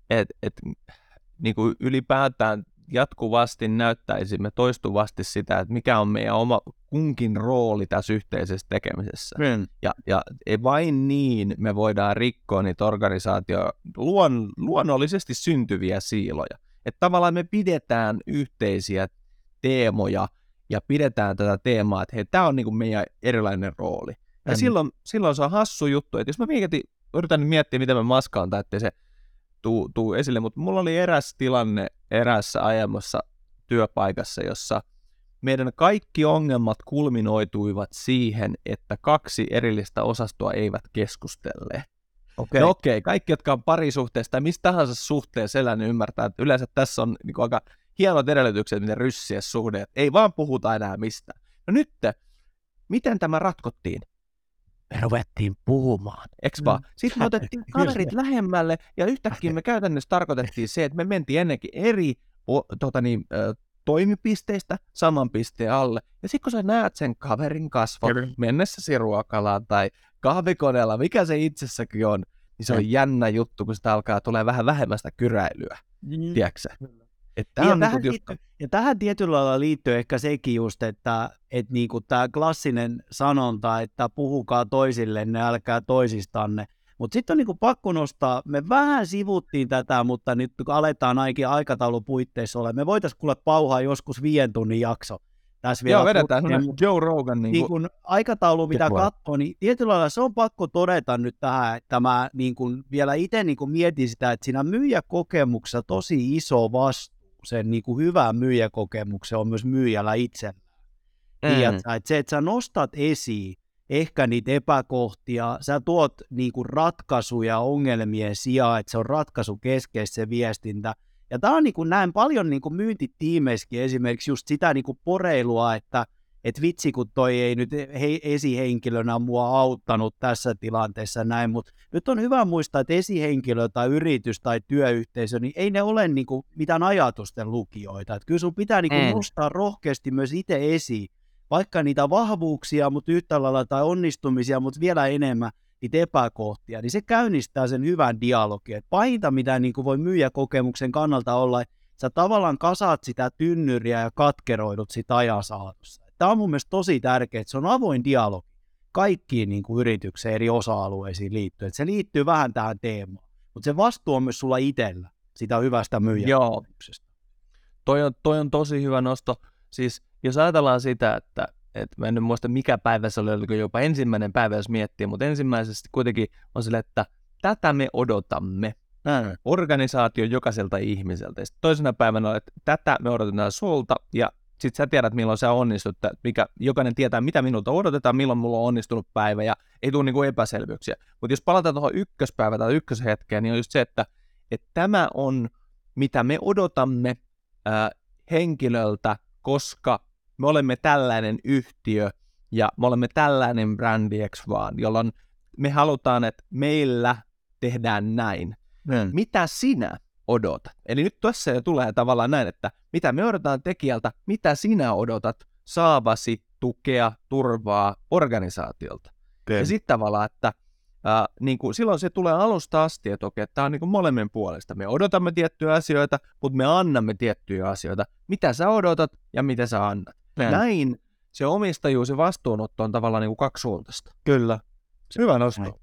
A: ylipäätään jatkuvasti näyttäisimme toistuvasti sitä, että mikä on meidän oma kunkin rooli tässä yhteisessä tekemisessä. Ja vain niin me voidaan rikkoa niitä luonnollisesti syntyviä siiloja. Että tavallaan me pidetään yhteisiä teemoja ja pidetään tätä teemaa, että hei, tämä on meidän erilainen rooli. Ja silloin se on hassu juttu, että jos mä mietin yritän nyt miettiä, miten mä maskaan tai ettei se tuu esille, mutta mulla oli eräs tilanne eräässä aiemmassa työpaikassa, jossa meidän kaikki ongelmat kulminoituivat siihen, että 2 erillistä osastoa eivät keskustelle.
B: Okay.
A: No okei, kaikki, jotka on parisuhteessa tai mistä tahansa suhteessa sellainen ymmärtää, että yleensä tässä on niin aika hienot edellytykset, miten ryssiä suhde, ei vaan puhuta enää mistään. No nyt, miten tämä ratkottiin? Me ruvettiin puhumaan, eks vaan? Sitten me otettiin kaverit lähemmälle ja yhtäkkiä me käytännössä tarkoitettiin se, että me mentiin ennenkin eri toimipisteistä saman pisteen alle. Ja sitten kun sä näet sen kaverin kasvot mennessäsi ruokalaan tai kahvikoneella, mikä se itsessäkin on, niin se on jännä juttu, kun sitä alkaa tulee vähän vähemmästä kyräilyä, tiedätkö?
B: Ja tähän tietyllä lailla liittyy ehkä sekin just, että niinku tämä klassinen sanonta, että puhukaa toisillenne, älkää toisistanne. Mutta sitten on niinku pakko nostaa, me vähän sivuttiin tätä, mutta nyt kun aletaan ainakin aikataulupuitteissa olla, me voitaisiin kuule pauhaa joskus 5 tunnin jakso. Tässä vielä
A: vedetään Joe Rogan.
B: Niin kun aikataulu, mitä katsoo, niin tietyllä lailla se on pakko todeta nyt tähän, että mä niin kun vielä itse niin kun mietin sitä, että siinä myyjäkokemuksessa tosi iso vastuu, sen niin kun hyvän myyjäkokemuksen on myös myyjällä itsellään. Että se, että sä nostat esiin ehkä niitä epäkohtia, sä tuot niin kun ratkaisuja ongelmien sijaan, että se on ratkaisukeskeistä se viestintä. Ja tämä on niin kuin näin paljon niin kuin myyntitiimeissäkin esimerkiksi just sitä niin kuin poreilua, että vitsi kun toi ei nyt esihenkilönä mua auttanut tässä tilanteessa näin, mutta nyt on hyvä muistaa, että esihenkilö tai yritys tai työyhteisö, niin ei ne ole niin kuin mitään ajatusten lukijoita. Että kyllä sun pitää niin kuin nostaa rohkeasti myös itse esiin, vaikka niitä vahvuuksia, mutta yhtä lailla tai onnistumisia, mutta vielä enemmän niitä epäkohtia, niin se käynnistää sen hyvän dialogin. Et pahinta, mitä niin kuin voi myyjäkokemuksen kannalta olla, että sä tavallaan kasaat sitä tynnyriä ja katkeroidut sitä ajan saatossa. Tämä on mun mielestä tosi tärkeää, että se on avoin dialogi kaikkiin niin kuin yrityksen eri osa-alueisiin liittyen. Et se liittyy vähän tähän teemaan, mutta se vastuu on myös sulla itsellä sitä hyvästä myyjäkokemuksesta.
A: Toi on tosi hyvä nosto. Siis jos ajatellaan sitä, että mä en nyt muista mikä päivä se oli, oliko jopa ensimmäinen päivä, jos miettii, mutta ensimmäisesti kuitenkin on sille, että tätä me odotamme. Organisaation jokaiselta ihmiseltä. Ja toisena päivänä on, että tätä me odotetaan sulta, ja sitten sä tiedät, milloin sä onnistut, mikä jokainen tietää, mitä minulta odotetaan, milloin mulla on onnistunut päivä, ja ei tule niinku epäselvyyksiä. Mutta jos palataan tuohon ykköspäivään tai ykköshetkeen, niin on just se, että tämä on, mitä me odotamme henkilöltä, koska me olemme tällainen yhtiö ja me olemme tällainen brändi, vaan, jolloin me halutaan, että meillä tehdään näin. Mitä sinä odotat? Eli nyt tässä jo tulee tavallaan näin, että mitä me odotetaan tekijältä, mitä sinä odotat saavasi tukea, turvaa organisaatiolta. Ja sitten tavallaan, että niin kuin silloin se tulee alusta asti, että okei, tämä on niin kuin molemmin puolesta. Me odotamme tiettyjä asioita, mutta me annamme tiettyjä asioita. Mitä sä odotat ja mitä sä annat. Näin se omistajuus ja vastuunotto on tavallaan niin kuin kaksisuuntaista.
B: Kyllä.
A: Hyvä nosto.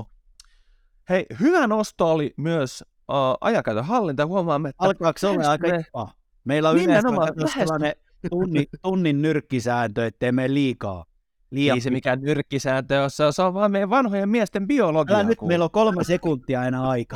A: Hei, hyvä nosto oli myös ajankäytön hallinta. Huomaamme, että
B: alkaako se olla aika kiva? Meillä on yleensä sellainen tunnin nyrkkisääntö, ettei mene liikaa.
A: Ei se mikään nyrkkisääntö, jossa se on vaan meidän vanhojen miesten biologia.
B: Nyt meillä on 3 sekuntia enää aikaa.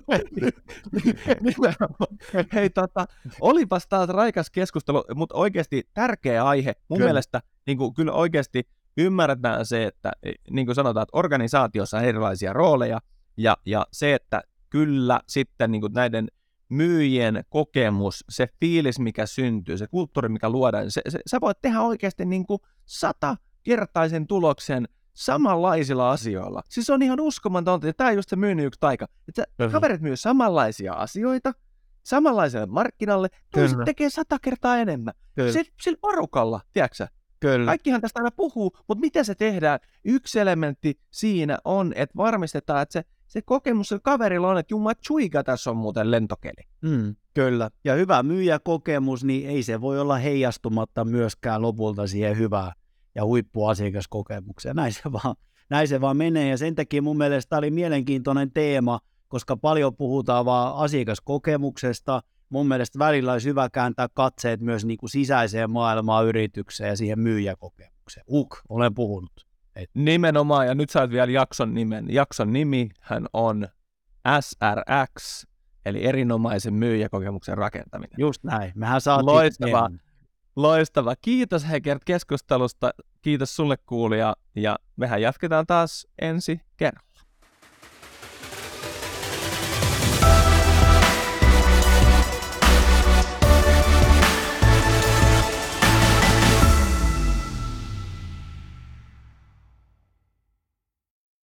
A: Hei, olipas taas raikas keskustelu, mutta oikeasti tärkeä aihe. Mun mielestä niin kuin, kyllä oikeasti ymmärretään se, että niin kuin sanotaan, että organisaatiossa on erilaisia rooleja, ja se, että kyllä sitten niin kuin näiden myyjien kokemus, se fiilis, mikä syntyy, se kulttuuri, mikä luodaan, sä voit tehdä oikeasti niin kuin 100-kertaisen tuloksen samanlaisilla asioilla. Siis on ihan uskomatonta, ja tämä on just se myynnin yksi taika, että kaverit myy samanlaisia asioita, samanlaiselle markkinalle, toiset tekee 100 kertaa enemmän. Sillä porukalla, tiedätkö sä?
B: Kyllä.
A: Kaikkihan tästä aina puhuu, mutta miten se tehdään? Yksi elementti siinä on, että varmistetaan, että se kokemus sillä kaverilla on, että jumma tsuiga, tässä on muuten lentokeli.
B: Kyllä. Ja hyvä myyjäkokemus, niin ei se voi olla heijastumatta myöskään lopulta siihen hyvään ja huippuasiakaskokemukseen. Näin se vaan menee, ja sen takia mun mielestä tämä oli mielenkiintoinen teema, koska paljon puhutaan vaan asiakaskokemuksesta. Mun mielestä välillä olisi hyvä kääntää katseet myös niin kuin sisäiseen maailmaan, yritykseen ja siihen myyjäkokemukseen. Olen puhunut.
A: Nimenomaan, ja nyt sait vielä jakson nimen. Jakson nimi hän on SRX, eli erinomaisen myyjäkokemuksen rakentaminen.
B: Just näin. Mehän saatiin
A: Loistava. Kiitos Gert keskustelusta. Kiitos sulle kuulija, ja mehän jatketaan taas ensi kerralla.